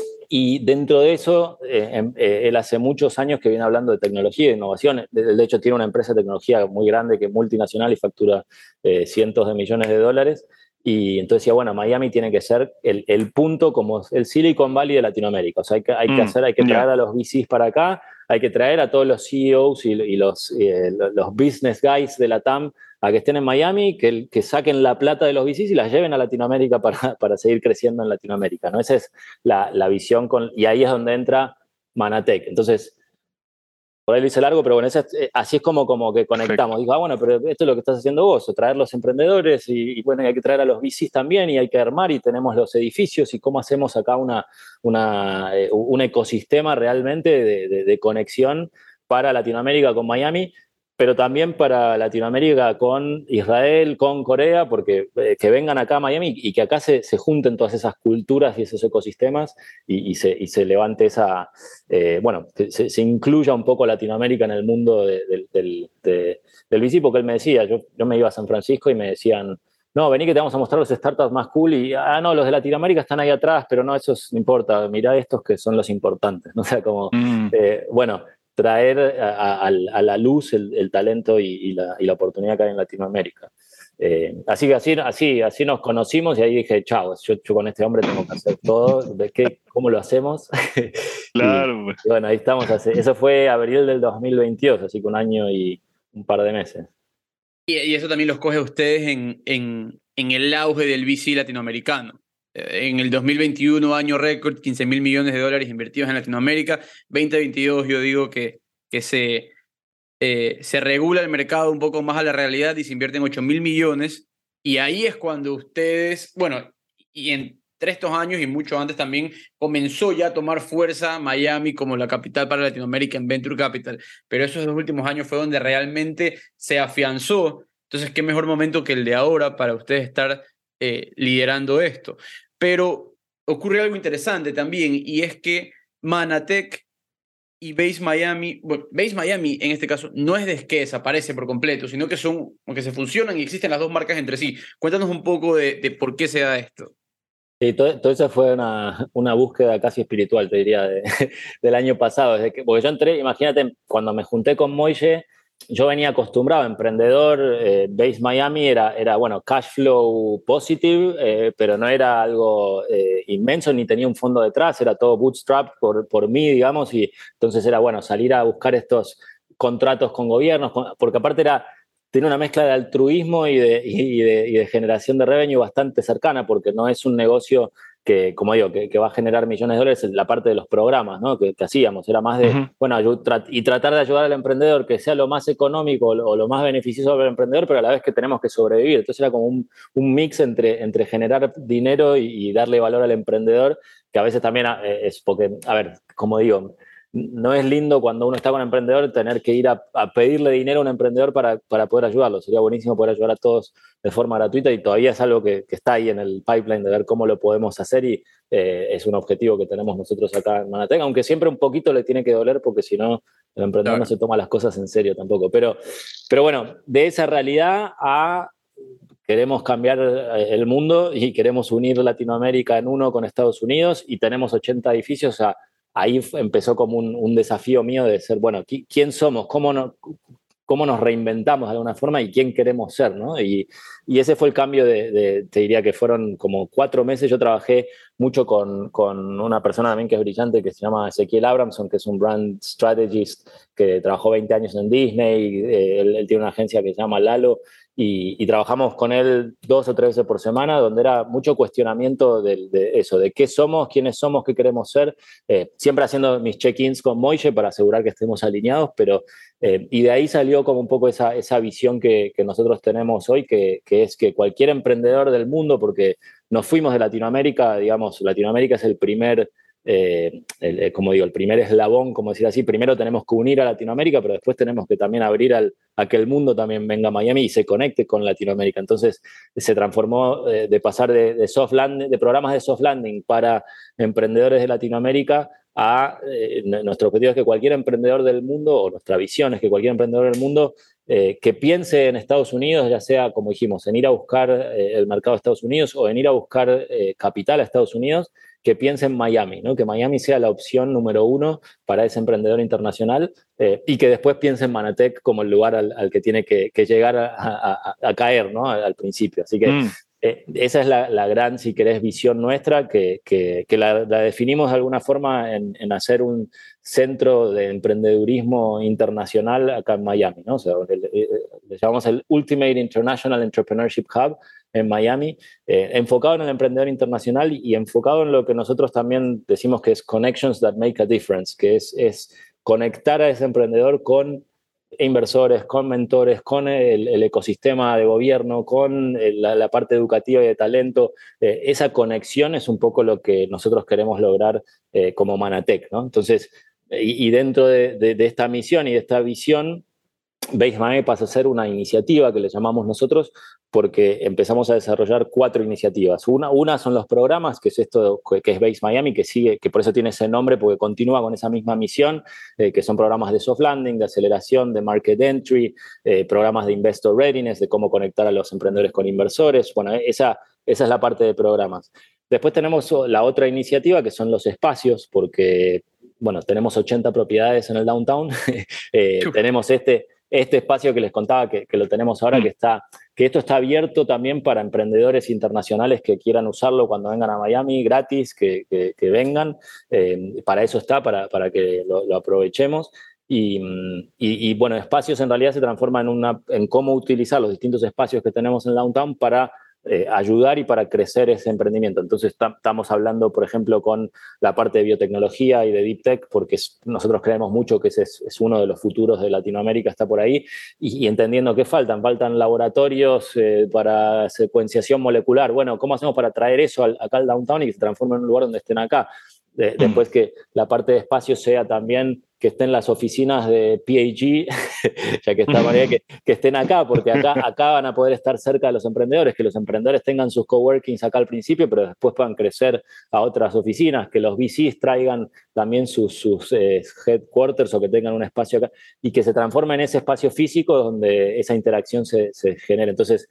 y dentro de eso, eh, eh, él hace muchos años que viene hablando de tecnología y de innovación. De, de hecho, tiene una empresa de tecnología muy grande, que es multinacional y factura eh, cientos de millones de dólares. Y entonces decía, bueno, Miami tiene que ser el, el punto como el Silicon Valley de Latinoamérica. O sea, hay que, hay que, mm, hacer, hay que traer yeah. a los V Cs para acá, hay que traer a todos los C E Os y, y los, eh, los business guys de la T A M a que estén en Miami, que, que saquen la plata de los V Cs y las lleven a Latinoamérica para, para seguir creciendo en Latinoamérica, ¿no? Esa es la, la visión, con, y ahí es donde entra Manatec. Entonces, por ahí lo hice largo, pero bueno, esa, así es como, como que conectamos. Digo, ah, bueno, pero esto es lo que estás haciendo vos, o traer los emprendedores y, y bueno, hay que traer a los V Cs también y hay que armar y tenemos los edificios y cómo hacemos acá una, una, eh, un ecosistema realmente de, de, de conexión para Latinoamérica con Miami, pero también para Latinoamérica con Israel, con Corea, porque eh, que vengan acá a Miami y que acá se, se junten todas esas culturas y esos ecosistemas y, y, se, y se levante esa, eh, bueno, se, se incluya un poco Latinoamérica en el mundo de, de, de, de, del V C, porque él me decía, yo, yo me iba a San Francisco y me decían, no, vení que te vamos a mostrar los startups más cool y, ah, no, los de Latinoamérica están ahí atrás, pero no, esos no importa, mirá estos que son los importantes, ¿no? O sea, como, mm. eh, bueno, traer a, a, a la luz el, el talento y, y, la, y la oportunidad que hay en Latinoamérica. Eh, así que así, así, así nos conocimos y ahí dije, chao, yo, yo con este hombre tengo que hacer todo, ¿de qué, cómo lo hacemos? Claro. y, y bueno, ahí estamos. Hace, eso fue abril del dos mil veintidós, así que un año y un par de meses. Y, y eso también los coge a ustedes en, en, en el auge del V C latinoamericano. En el dos mil veintiuno, año récord, quince mil millones de dólares invertidos en Latinoamérica. veinte veintidós, yo digo que, que se, eh, se regula el mercado un poco más a la realidad y se invierten ocho mil millones. Y ahí es cuando ustedes, bueno, y entre estos años y mucho antes también, comenzó ya a tomar fuerza Miami como la capital para Latinoamérica en Venture Capital. Pero esos dos últimos años fue donde realmente se afianzó. Entonces, qué mejor momento que el de ahora para ustedes estar Eh, liderando esto. Pero ocurre algo interesante también, y es que Manatec y Base Miami, bueno, Base Miami en este caso no es de que desaparece por completo, sino que son, aunque se funcionan y existen las dos marcas entre sí. Cuéntanos un poco de, de por qué se da esto. Sí, todo, todo eso fue una, una búsqueda casi espiritual, te diría, de, del año pasado. Desde que, porque yo entré, imagínate, cuando me junté con Moishe, yo venía acostumbrado, emprendedor, eh, Base Miami era, era, bueno, cash flow positive, eh, pero no era algo eh, inmenso, ni tenía un fondo detrás, era todo bootstrap por, por mí, digamos, y entonces era, bueno, salir a buscar estos contratos con gobiernos, con, porque aparte era, tiene una mezcla de altruismo y de, y, de, y de generación de revenue bastante cercana, porque no es un negocio que, como digo, que, que va a generar millones de dólares en la parte de los programas, ¿no? que, que hacíamos. Era más de, uh-huh. bueno, y tratar de ayudar al emprendedor que sea lo más económico o lo, o lo más beneficioso para el emprendedor, pero a la vez que tenemos que sobrevivir. Entonces era como un, un mix entre, entre generar dinero y, y darle valor al emprendedor, que a veces también es porque, a ver, como digo, no es lindo cuando uno está con un emprendedor tener que ir a, a pedirle dinero a un emprendedor para, para poder ayudarlo. Sería buenísimo poder ayudar a todos de forma gratuita y todavía es algo que, que está ahí en el pipeline de ver cómo lo podemos hacer y eh, es un objetivo que tenemos nosotros acá en Manatec, aunque siempre un poquito le tiene que doler porque si no el emprendedor claro. no se toma las cosas en serio tampoco. Pero, pero bueno, de esa realidad a queremos cambiar el mundo y queremos unir Latinoamérica en uno con Estados Unidos y tenemos ochenta edificios a ahí empezó como un, un desafío mío de ser, bueno, ¿quién somos? ¿Cómo, no, cómo nos reinventamos de alguna forma y quién queremos ser, ¿no? Y, y ese fue el cambio de, de, te diría que fueron como cuatro meses. Yo trabajé mucho con, con una persona también que es brillante, que se llama Ezequiel Abramson, que es un brand strategist que trabajó veinte años en Disney. Eh, él, él tiene una agencia que se llama Lalo. Y, y trabajamos con él dos o tres veces por semana, donde era mucho cuestionamiento de, de eso, de qué somos, quiénes somos, qué queremos ser, eh, siempre haciendo mis check-ins con Moishe para asegurar que estemos alineados, pero eh, y de ahí salió como un poco esa, esa visión que, que nosotros tenemos hoy, que, que es que cualquier emprendedor del mundo, porque nos fuimos de Latinoamérica, digamos, Latinoamérica es el primer... Eh, el, como digo, el primer eslabón, como decir así, primero tenemos que unir a Latinoamérica, pero después tenemos que también abrir al, a que el mundo también venga a Miami y se conecte con Latinoamérica. Entonces se transformó eh, de pasar de, de, soft landing, de programas de soft landing para emprendedores de Latinoamérica a eh, nuestro objetivo es que cualquier emprendedor del mundo, o nuestra visión es que cualquier emprendedor del mundo eh, que piense en Estados Unidos, ya sea, como dijimos, en ir a buscar eh, el mercado de Estados Unidos o en ir a buscar eh, capital a Estados Unidos, que piense en Miami, ¿no? Que Miami sea la opción número uno para ese emprendedor internacional eh, y que después piense en Manatec como el lugar al, al que tiene que, que llegar a, a, a caer, ¿no? Al, al principio. Así que mm. eh, esa es la, la gran, si querés, visión nuestra, que, que, que la, la definimos de alguna forma en, en hacer un centro de emprendedurismo internacional acá en Miami, ¿no? O sea, le, le llamamos el Ultimate International Entrepreneurship Hub en Miami, eh, enfocado en el emprendedor internacional y enfocado en lo que nosotros también decimos que es Connections that Make a Difference, que es, es conectar a ese emprendedor con inversores, con mentores, con el, el ecosistema de gobierno, con la, la parte educativa y de talento. Eh, esa conexión es un poco lo que nosotros queremos lograr eh, como Manatech, ¿no? Entonces, y, y dentro de, de, de esta misión y de esta visión, Base Miami pasa a ser una iniciativa que le llamamos nosotros porque empezamos a desarrollar cuatro iniciativas. Una, una son los programas, que es esto que es Base Miami, que sigue, que por eso tiene ese nombre, porque continúa con esa misma misión, eh, que son programas de soft landing, de aceleración, de market entry, eh, programas de investor readiness, de cómo conectar a los emprendedores con inversores. Bueno, esa, esa es la parte de programas. Después tenemos la otra iniciativa, que son los espacios, porque, bueno, tenemos ochenta propiedades en el downtown. eh, tenemos este... Este espacio que les contaba, que, que lo tenemos ahora, que, está, que esto está abierto también para emprendedores internacionales que quieran usarlo cuando vengan a Miami, gratis, que, que, que vengan. Eh, para eso está, para, para que lo, lo aprovechemos. Y, y, y, bueno, espacios en realidad se transforman en, una, en cómo utilizar los distintos espacios que tenemos en el downtown para Eh, ayudar y para crecer ese emprendimiento. Entonces estamos hablando, por ejemplo, con la parte de biotecnología y de deep tech, porque es, nosotros creemos mucho que ese es, es uno de los futuros de Latinoamérica, está por ahí, y, y entendiendo que faltan, faltan laboratorios eh, para secuenciación molecular. Bueno, ¿cómo hacemos para traer eso al, acá al downtown y que se transforme en un lugar donde estén acá? De, después que la parte de espacio sea también que estén las oficinas de P H G, ya que está María, que, que estén acá, porque acá, acá van a poder estar cerca de los emprendedores, que los emprendedores tengan sus coworkings acá al principio, pero después puedan crecer a otras oficinas, que los V Cs traigan también sus, sus eh, headquarters o que tengan un espacio acá, y que se transforme en ese espacio físico donde esa interacción se, se genere. Entonces,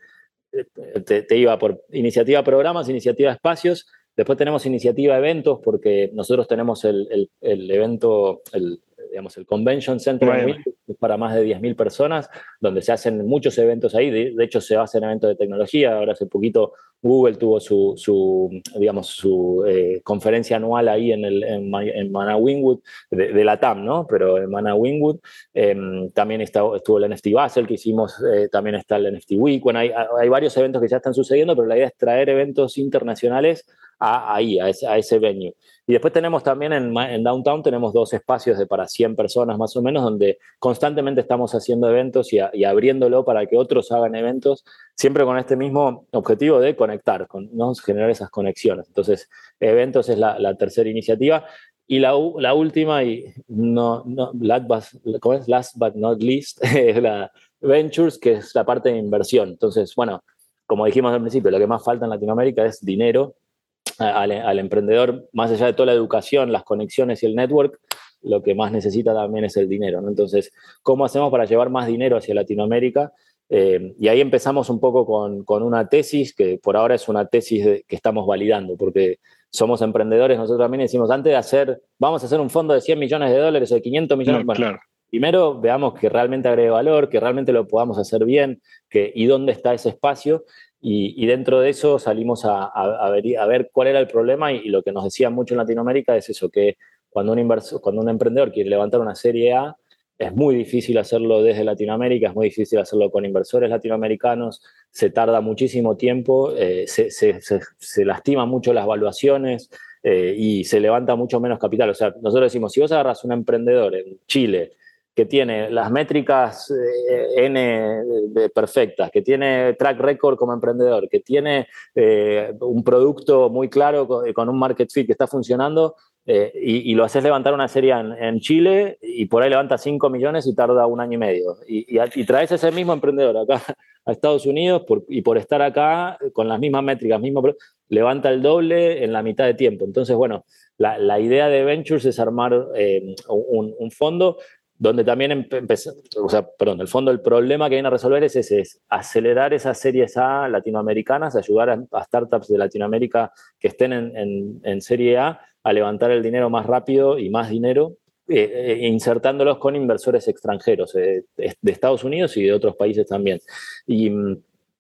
te, te iba por iniciativa programas, iniciativa espacios. Después tenemos iniciativa eventos, porque nosotros tenemos el, el, el evento, el, digamos, el Convention Center bueno. para más de diez mil personas, donde se hacen muchos eventos ahí. De, de hecho, se hacen eventos de tecnología. Ahora hace poquito Google tuvo su, su digamos, su eh, conferencia anual ahí en, el, en, en Mana Wingwood, de, de la T A M, ¿no? Pero en Mana Wingwood. Eh, también está, estuvo el N F T Basel que hicimos, eh, también está el N F T Week. Bueno, hay, hay varios eventos que ya están sucediendo, pero la idea es traer eventos internacionales a, ahí, a ese, a ese venue. Y después tenemos también en, en Downtown, tenemos dos espacios de para cien personas más o menos, donde constantemente estamos haciendo eventos y, a, y abriéndolo para que otros hagan eventos, siempre con este mismo objetivo de conectar, con, ¿no? Generar esas conexiones. Entonces, eventos es la, la tercera iniciativa. Y la, la última, y no, no, last, but, ¿cómo es? last but not least, es la Ventures, que es la parte de inversión. Entonces, bueno, como dijimos al principio, lo que más falta en Latinoamérica es dinero. Al, al emprendedor, más allá de toda la educación, las conexiones y el network, lo que más necesita también es el dinero, ¿no? Entonces, ¿cómo hacemos para llevar más dinero hacia Latinoamérica? Eh, y ahí empezamos un poco con, con una tesis, que por ahora es una tesis de, que estamos validando, porque somos emprendedores, nosotros también decimos, antes de hacer, vamos a hacer un fondo de cien millones de dólares o de quinientos millones, no, bueno, claro. Primero veamos que realmente agregue valor, que realmente lo podamos hacer bien, que, y dónde está ese espacio. Y, y dentro de eso salimos a, a, a, ver, a ver cuál era el problema, y, y lo que nos decían mucho en Latinoamérica es eso, que cuando un, inversor, cuando un emprendedor quiere levantar una serie A, es muy difícil hacerlo desde Latinoamérica, es muy difícil hacerlo con inversores latinoamericanos, se tarda muchísimo tiempo, eh, se, se, se, se lastiman mucho las valuaciones eh, y se levanta mucho menos capital. O sea, nosotros decimos, si vos agarras un emprendedor en Chile que tiene las métricas eh, N de perfectas, que tiene track record como emprendedor, que tiene eh, un producto muy claro con, con un market fit que está funcionando, eh, y, y lo haces levantar una serie en, en Chile y por ahí levanta cinco millones y tarda un año y medio. Y, y, y traes ese mismo emprendedor acá a Estados Unidos por, y por estar acá con las mismas métricas, mismo, levanta el doble en la mitad de tiempo. Entonces, bueno, la, la idea de Ventures es armar eh, un, un fondo donde también empezó, o sea, perdón, el fondo, el problema que viene a resolver es ese, es acelerar esas series A latinoamericanas, ayudar a, a startups de Latinoamérica que estén en, en, en serie A a levantar el dinero más rápido y más dinero, eh, eh, insertándolos con inversores extranjeros, eh, de Estados Unidos y de otros países también. Y,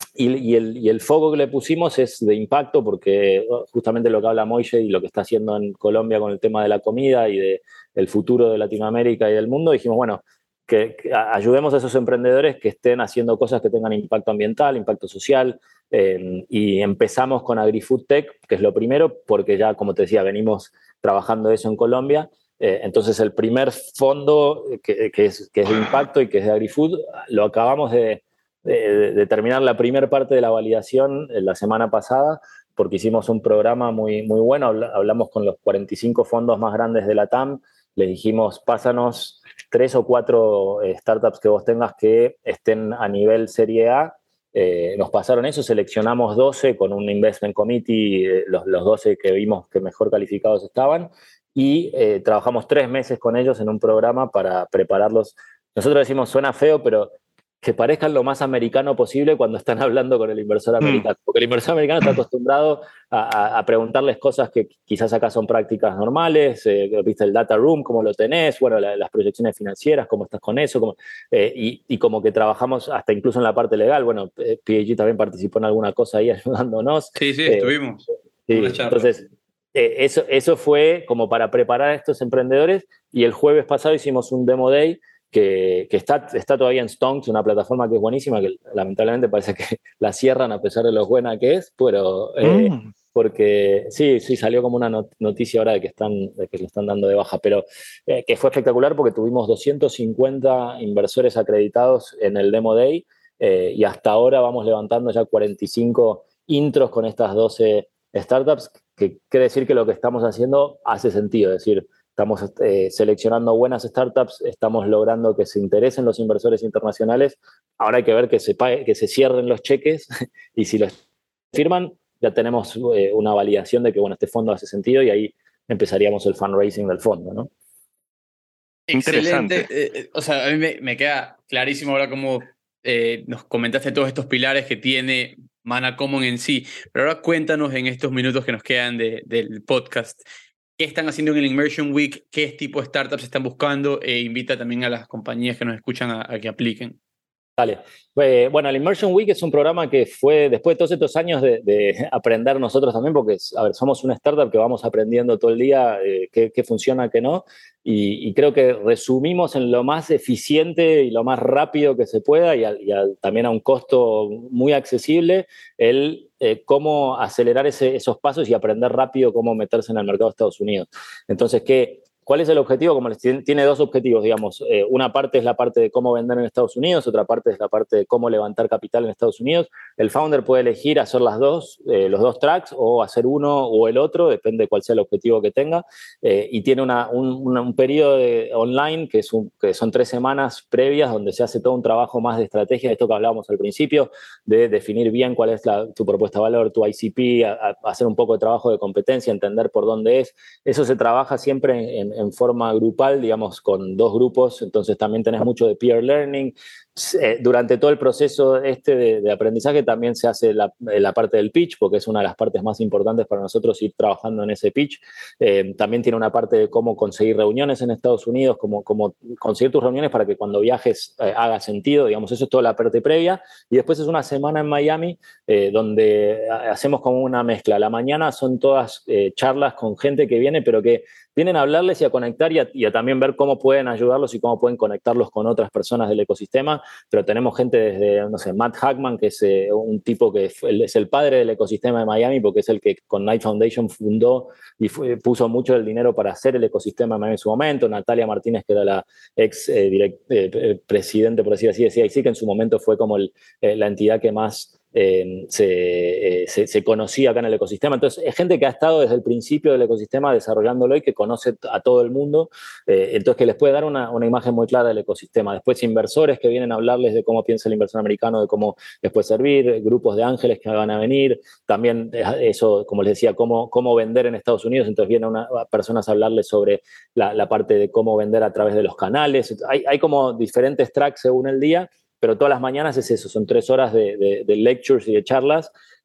y, y, el, y el foco que le pusimos es de impacto, porque justamente lo que habla Moishe y lo que está haciendo en Colombia con el tema de la comida y de el futuro de Latinoamérica y del mundo, dijimos, bueno, que, que ayudemos a esos emprendedores que estén haciendo cosas que tengan impacto ambiental, impacto social, eh, y empezamos con AgriFood Tech, que es lo primero, porque ya, como te decía, venimos trabajando eso en Colombia. Eh, entonces, el primer fondo que, que, es, que es de impacto y que es de AgriFood, lo acabamos de, de, de terminar la primera parte de la validación la semana pasada, porque hicimos un programa muy, muy bueno, hablamos con los cuarenta y cinco fondos más grandes de la T A M, les dijimos, pásanos tres o cuatro eh, startups que vos tengas que estén a nivel Serie A. Eh, nos pasaron eso, seleccionamos doce con un investment committee, eh, los, los doce que vimos que mejor calificados estaban, y eh, trabajamos tres meses con ellos en un programa para prepararlos. Nosotros decimos, suena feo, pero que parezcan lo más americano posible cuando están hablando con el inversor americano. Mm. Porque el inversor americano está acostumbrado a, a, a preguntarles cosas que quizás acá son prácticas normales, eh, viste el data room, cómo lo tenés, bueno, la, las proyecciones financieras, cómo estás con eso, cómo, eh, y, y como que trabajamos hasta incluso en la parte legal. Bueno, eh, P H G también participó en alguna cosa ahí ayudándonos. Sí, sí, eh, estuvimos. Sí, entonces, eh, eso, eso fue como para preparar a estos emprendedores, y el jueves pasado hicimos un demo day que, que está, está todavía en Stonks, una plataforma que es buenísima, que lamentablemente parece que la cierran a pesar de lo buena que es, pero eh, mm. porque sí, sí salió como una noticia ahora de que, están, de que le están dando de baja, pero eh, que fue espectacular porque tuvimos doscientos cincuenta inversores acreditados en el Demo Day, eh, y hasta ahora vamos levantando ya cuarenta y cinco intros con estas doce startups, que quiere decir que lo que estamos haciendo hace sentido, es decir, estamos eh, seleccionando buenas startups, estamos logrando que se interesen los inversores internacionales. Ahora hay que ver que se, pague, que se cierren los cheques y si los firman, ya tenemos eh, una validación de que bueno, este fondo hace sentido, y ahí empezaríamos el fundraising del fondo, ¿no? Excelente. Eh, o sea, a mí me, me queda clarísimo ahora cómo eh, nos comentaste todos estos pilares que tiene Mana Common en sí. Pero ahora cuéntanos en estos minutos que nos quedan de, del podcast, ¿qué están haciendo en el Immersion Week? ¿Qué tipo de startups están buscando? E invita también a las compañías que nos escuchan a, a que apliquen. Dale. Eh, bueno, el Immersion Week es un programa que fue después de todos estos años de, de aprender nosotros también, porque a ver, somos una startup que vamos aprendiendo todo el día eh, qué, qué funciona, qué no, y, y creo que resumimos en lo más eficiente y lo más rápido que se pueda, y, a, y a, también a un costo muy accesible, el eh, cómo acelerar ese, esos pasos y aprender rápido cómo meterse en el mercado de Estados Unidos. Entonces, ¿qué? ¿Cuál es el objetivo? Como les tiene, tiene dos objetivos, digamos. Eh, una parte es la parte de cómo vender en Estados Unidos, otra parte es la parte de cómo levantar capital en Estados Unidos. El founder puede elegir hacer las dos, eh, los dos tracks, o hacer uno o el otro, depende de cuál sea el objetivo que tenga. Eh, y tiene una, un, una, un periodo de online que, es un, que son tres semanas previas donde se hace todo un trabajo más de estrategia, de esto que hablábamos al principio, de definir bien cuál es la, tu propuesta de valor, tu I C P, a, a hacer un poco de trabajo de competencia, entender por dónde es. Eso se trabaja siempre en, en en forma grupal, digamos, con dos grupos, entonces también tenés mucho de peer learning. Eh, durante todo el proceso este de, de aprendizaje también se hace la, la parte del pitch, porque es una de las partes más importantes para nosotros ir trabajando en ese pitch. Eh, también tiene una parte de cómo conseguir reuniones en Estados Unidos, cómo, cómo conseguir tus reuniones para que cuando viajes eh, haga sentido, digamos, eso es toda la parte previa. Y después es una semana en Miami eh, donde hacemos como una mezcla. La mañana son todas eh, charlas con gente que viene, pero que vienen a hablarles y a conectar y a, y a también ver cómo pueden ayudarlos y cómo pueden conectarlos con otras personas del ecosistema. Pero tenemos gente desde, no sé, Matt Hackman, que es eh, un tipo que fue, es el padre del ecosistema de Miami, porque es el que con Knight Foundation fundó y fue, puso mucho del dinero para hacer el ecosistema de Miami en su momento. Natalia Martínez, que era la ex eh, direct, eh, presidente, por decir así, de C I C, que en su momento fue como el, eh, la entidad que más Eh, se, eh, se, se conocía acá en el ecosistema. Entonces, es gente que ha estado desde el principio del ecosistema desarrollándolo y que conoce a todo el mundo, eh, entonces que les puede dar una, una imagen muy clara del ecosistema. Después, inversores que vienen a hablarles de cómo piensa el inversor americano, de cómo les puede servir, grupos de ángeles que van a venir, también eso, como les decía, cómo, cómo vender en Estados Unidos, entonces vienen una, personas a hablarles sobre la, la parte de cómo vender a través de los canales. Hay, hay como diferentes tracks según el día, pero todas las mañanas es eso, son tres horas de, de, de lectures y de charlas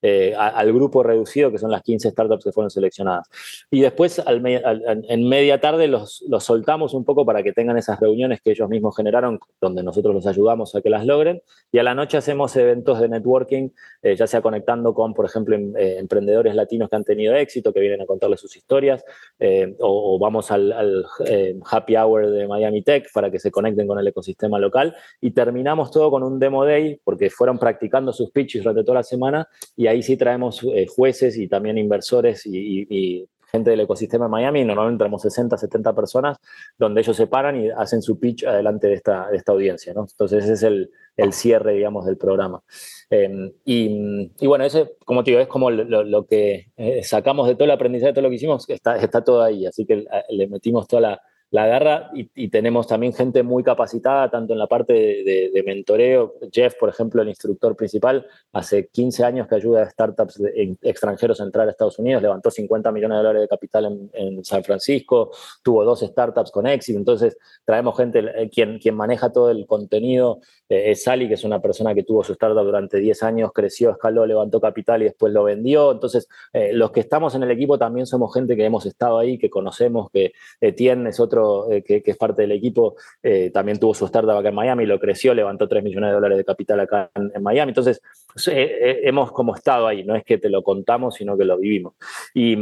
eh, a, al grupo reducido, que son las quince startups que fueron seleccionadas. Y después, al me, al, en media tarde, los, los soltamos un poco para que tengan esas reuniones que ellos mismos generaron, donde nosotros los ayudamos a que las logren. Y a la noche hacemos eventos de networking, eh, ya sea conectando con, por ejemplo, em, eh, emprendedores latinos que han tenido éxito, que vienen a contarles sus historias, eh, o, o vamos al, al eh, happy hour de Miami Tech para que se conecten con el ecosistema local. Y terminamos todo con un demo day, porque fueron practicando sus pitches durante toda la semana, y ahí sí traemos eh, jueces y también inversores y, y, y gente del ecosistema de Miami. Normalmente tenemos sesenta, setenta personas, donde ellos se paran y hacen su pitch adelante de esta, de esta audiencia, ¿no? Entonces ese es el, el cierre, digamos, del programa. Eh, y, y bueno, ese, como te digo, es como lo, lo que eh, sacamos de todo el aprendizaje, de todo lo que hicimos, está, está todo ahí, así que le metimos toda la, la garra y, y tenemos también gente muy capacitada, tanto en la parte de, de, de mentoreo. Jeff, por ejemplo, el instructor principal, hace quince años que ayuda a startups de, en, extranjeros a entrar a Estados Unidos, levantó cincuenta millones de dólares de capital en, en San Francisco, tuvo dos startups con éxito. Entonces traemos gente, eh, quien, quien maneja todo el contenido eh, es Sally, que es una persona que tuvo su startup durante diez años, creció, escaló, levantó capital y después lo vendió. Entonces eh, los que estamos en el equipo también somos gente que hemos estado ahí, que conocemos, que Etienne es otro Eh, que, que es parte del equipo, eh, también tuvo su startup acá en Miami, lo creció, levantó tres millones de dólares de capital acá en, en Miami. Entonces, eh, eh, hemos como estado ahí, no es que te lo contamos, sino que lo vivimos. Y,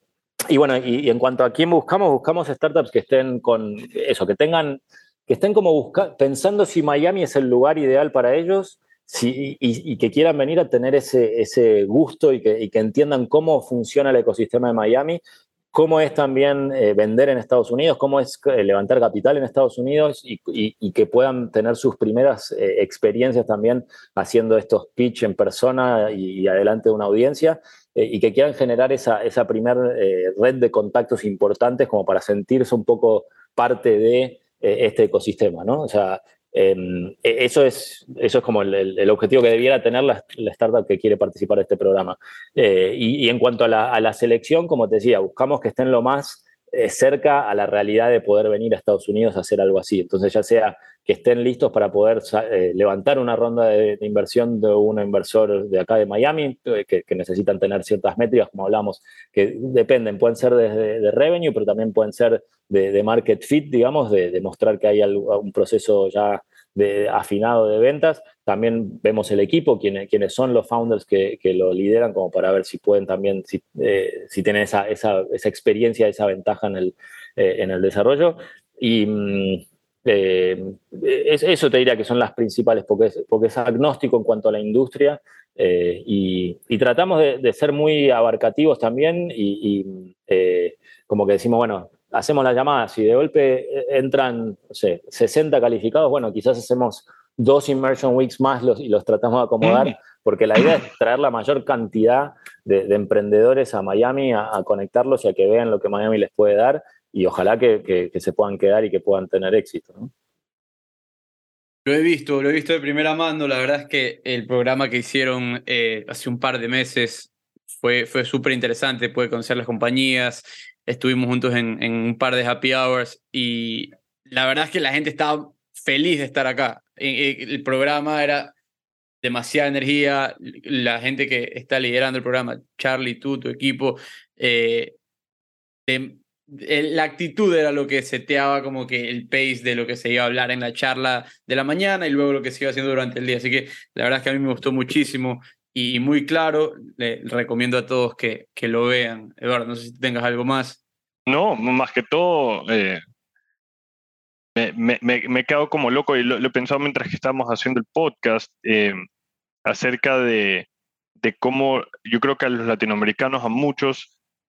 y bueno, y, y en cuanto a quién buscamos, buscamos startups que estén con eso, que tengan, que estén como busca, pensando si Miami es el lugar ideal para ellos. Sí, y, y que quieran venir a tener ese, ese gusto y que, y que entiendan cómo funciona el ecosistema de Miami, cómo es también eh, vender en Estados Unidos, cómo es eh, levantar capital en Estados Unidos y, y, y que puedan tener sus primeras eh, experiencias también haciendo estos pitch en persona y, y adelante de una audiencia, eh, y que quieran generar esa, esa primer eh, red de contactos importantes como para sentirse un poco parte de eh, este ecosistema, ¿no? O sea, Eh, eso, es, eso es como el, el objetivo que debiera tener la, la startup que quiere participar de este programa. Eh, y, y en cuanto a la, a la selección, como te decía, buscamos que estén lo más eh, cerca a la realidad de poder venir a Estados Unidos a hacer algo así. Entonces, ya sea que estén listos para poder eh, levantar una ronda de, de inversión de un inversor de acá de Miami, eh, que, que necesitan tener ciertas métricas, como hablamos, que dependen, pueden ser de, de revenue, pero también pueden ser de, de market fit, digamos, de, de mostrar que hay algo, un proceso ya de, afinado de ventas. También vemos el equipo, quienes, quienes son los founders que, que lo lideran, como para ver si pueden también, si, eh, si tienen esa, esa, esa experiencia, esa ventaja en el, eh, en el desarrollo. Y eh, eso te diría que son las principales, porque es, porque es agnóstico en cuanto a la industria, eh, y, y tratamos de, de ser muy abarcativos también y, y eh, como que decimos, bueno, hacemos las llamadas y de golpe entran, no sé, sesenta calificados, bueno, quizás hacemos dos Immersion Weeks más los, y los tratamos de acomodar, mm. porque la idea es traer la mayor cantidad de, de emprendedores a Miami, a, a conectarlos y a que vean lo que Miami les puede dar, y ojalá que, que, que se puedan quedar y que puedan tener éxito, ¿no? Lo he visto, lo he visto de primera mano. La verdad es que el programa que hicieron eh, hace un par de meses fue, fue súper interesante. Pude conocer las compañías, estuvimos juntos en, en un par de happy hours y la verdad es que la gente estaba feliz de estar acá. El programa era demasiada energía, la gente que está liderando el programa, Charlie, tú, tu equipo, eh, de, la actitud era lo que seteaba como que el pace de lo que se iba a hablar en la charla de la mañana y luego lo que se iba haciendo durante el día. Así que la verdad es que a mí me gustó muchísimo y muy claro. Le recomiendo a todos que, que lo vean. Eduardo, no sé si tengas algo más. No, más que todo, eh, me, me, me, me quedo como loco y lo, lo he pensado mientras que estábamos haciendo el podcast, eh, acerca de, de cómo yo creo que a los latinoamericanos, a muchos,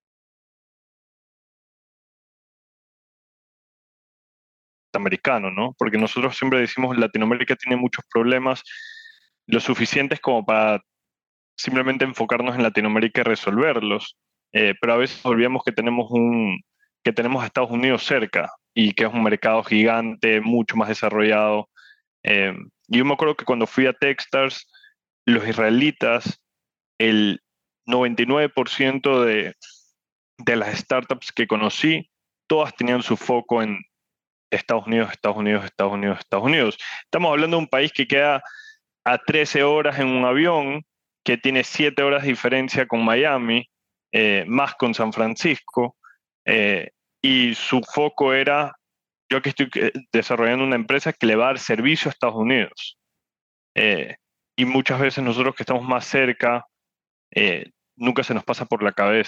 americano, ¿no? Porque nosotros siempre decimos Latinoamérica tiene muchos problemas, lo suficientes como para simplemente enfocarnos en Latinoamérica y resolverlos, eh, pero a veces olvidamos que tenemos un que tenemos a Estados Unidos cerca y que es un mercado gigante, mucho más desarrollado. Eh, yo me acuerdo que cuando fui a Techstars, los israelitas, el noventa y nueve por ciento de, de las startups que conocí, todas tenían su foco en Estados Unidos, Estados Unidos, Estados Unidos, Estados Unidos. Estamos hablando de un país que queda a trece horas en un avión, que tiene siete horas de diferencia con Miami, eh, más con San Francisco, eh, y su foco era, yo aquí estoy desarrollando una empresa que le va a dar servicio a Estados Unidos. Eh, y muchas veces nosotros que estamos más cerca, eh, nunca se nos pasa por la cabeza.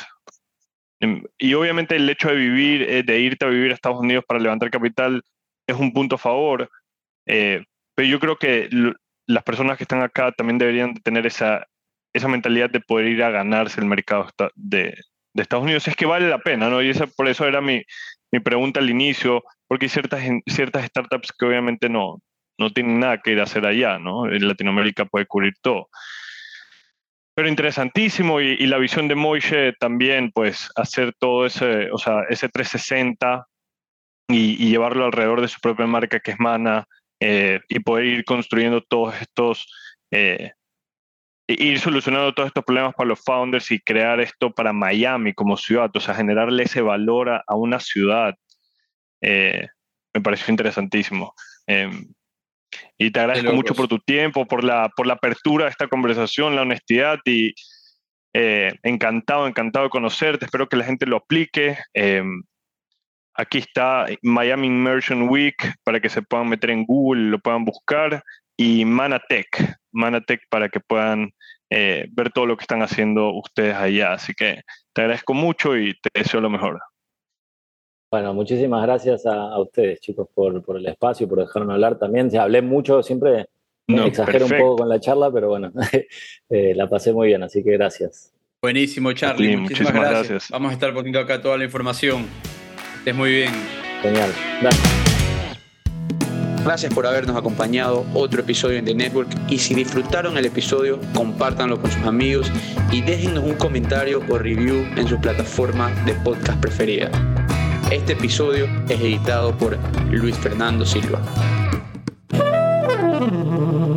Y obviamente el hecho de vivir, eh, de irte a vivir a Estados Unidos para levantar capital es un punto a favor, eh, pero yo creo que l- las personas que están acá también deberían tener esa, esa mentalidad de poder ir a ganarse el mercado esta- de, de Estados Unidos. Es que vale la pena, ¿no? Y esa, por eso era mi, mi pregunta al inicio, porque hay ciertas, ciertas startups que obviamente no, no tienen nada que ir a hacer allá, ¿no? En Latinoamérica puede cubrir todo. Pero interesantísimo, y, y la visión de Moishe también, pues, hacer todo ese, o sea, ese trescientos sesenta y, y llevarlo alrededor de su propia marca, que es Mana, eh, y poder ir construyendo todos estos, eh, ir solucionando todos estos problemas para los founders y crear esto para Miami como ciudad, o sea, generarle ese valor a, a una ciudad, eh, me pareció interesantísimo. Eh, y te agradezco mucho por tu tiempo, por la, por la apertura de esta conversación, la honestidad, y eh, encantado, encantado de conocerte. Espero que la gente lo aplique. Eh, aquí está Miami Immersion Week para que se puedan meter en Google, lo puedan buscar, y Manatech, Manatech para que puedan eh, ver todo lo que están haciendo ustedes allá. Así que te agradezco mucho y te deseo lo mejor. Bueno, muchísimas gracias a, a ustedes, chicos, por, por el espacio, por dejarme hablar también. Se hablé mucho, siempre No, exagero perfecto. un poco con la charla, pero bueno, eh, la pasé muy bien, así que gracias. Buenísimo, Charlie. A ti, muchísimas, muchísimas gracias. gracias. Vamos a estar poniendo acá toda la información. Estés muy bien. Genial. Dale. Gracias por habernos acompañado otro episodio en The Network, y si disfrutaron el episodio, compártanlo con sus amigos y déjennos un comentario o review en su plataforma de podcast preferida. Este episodio es editado por Luis Fernando Silva.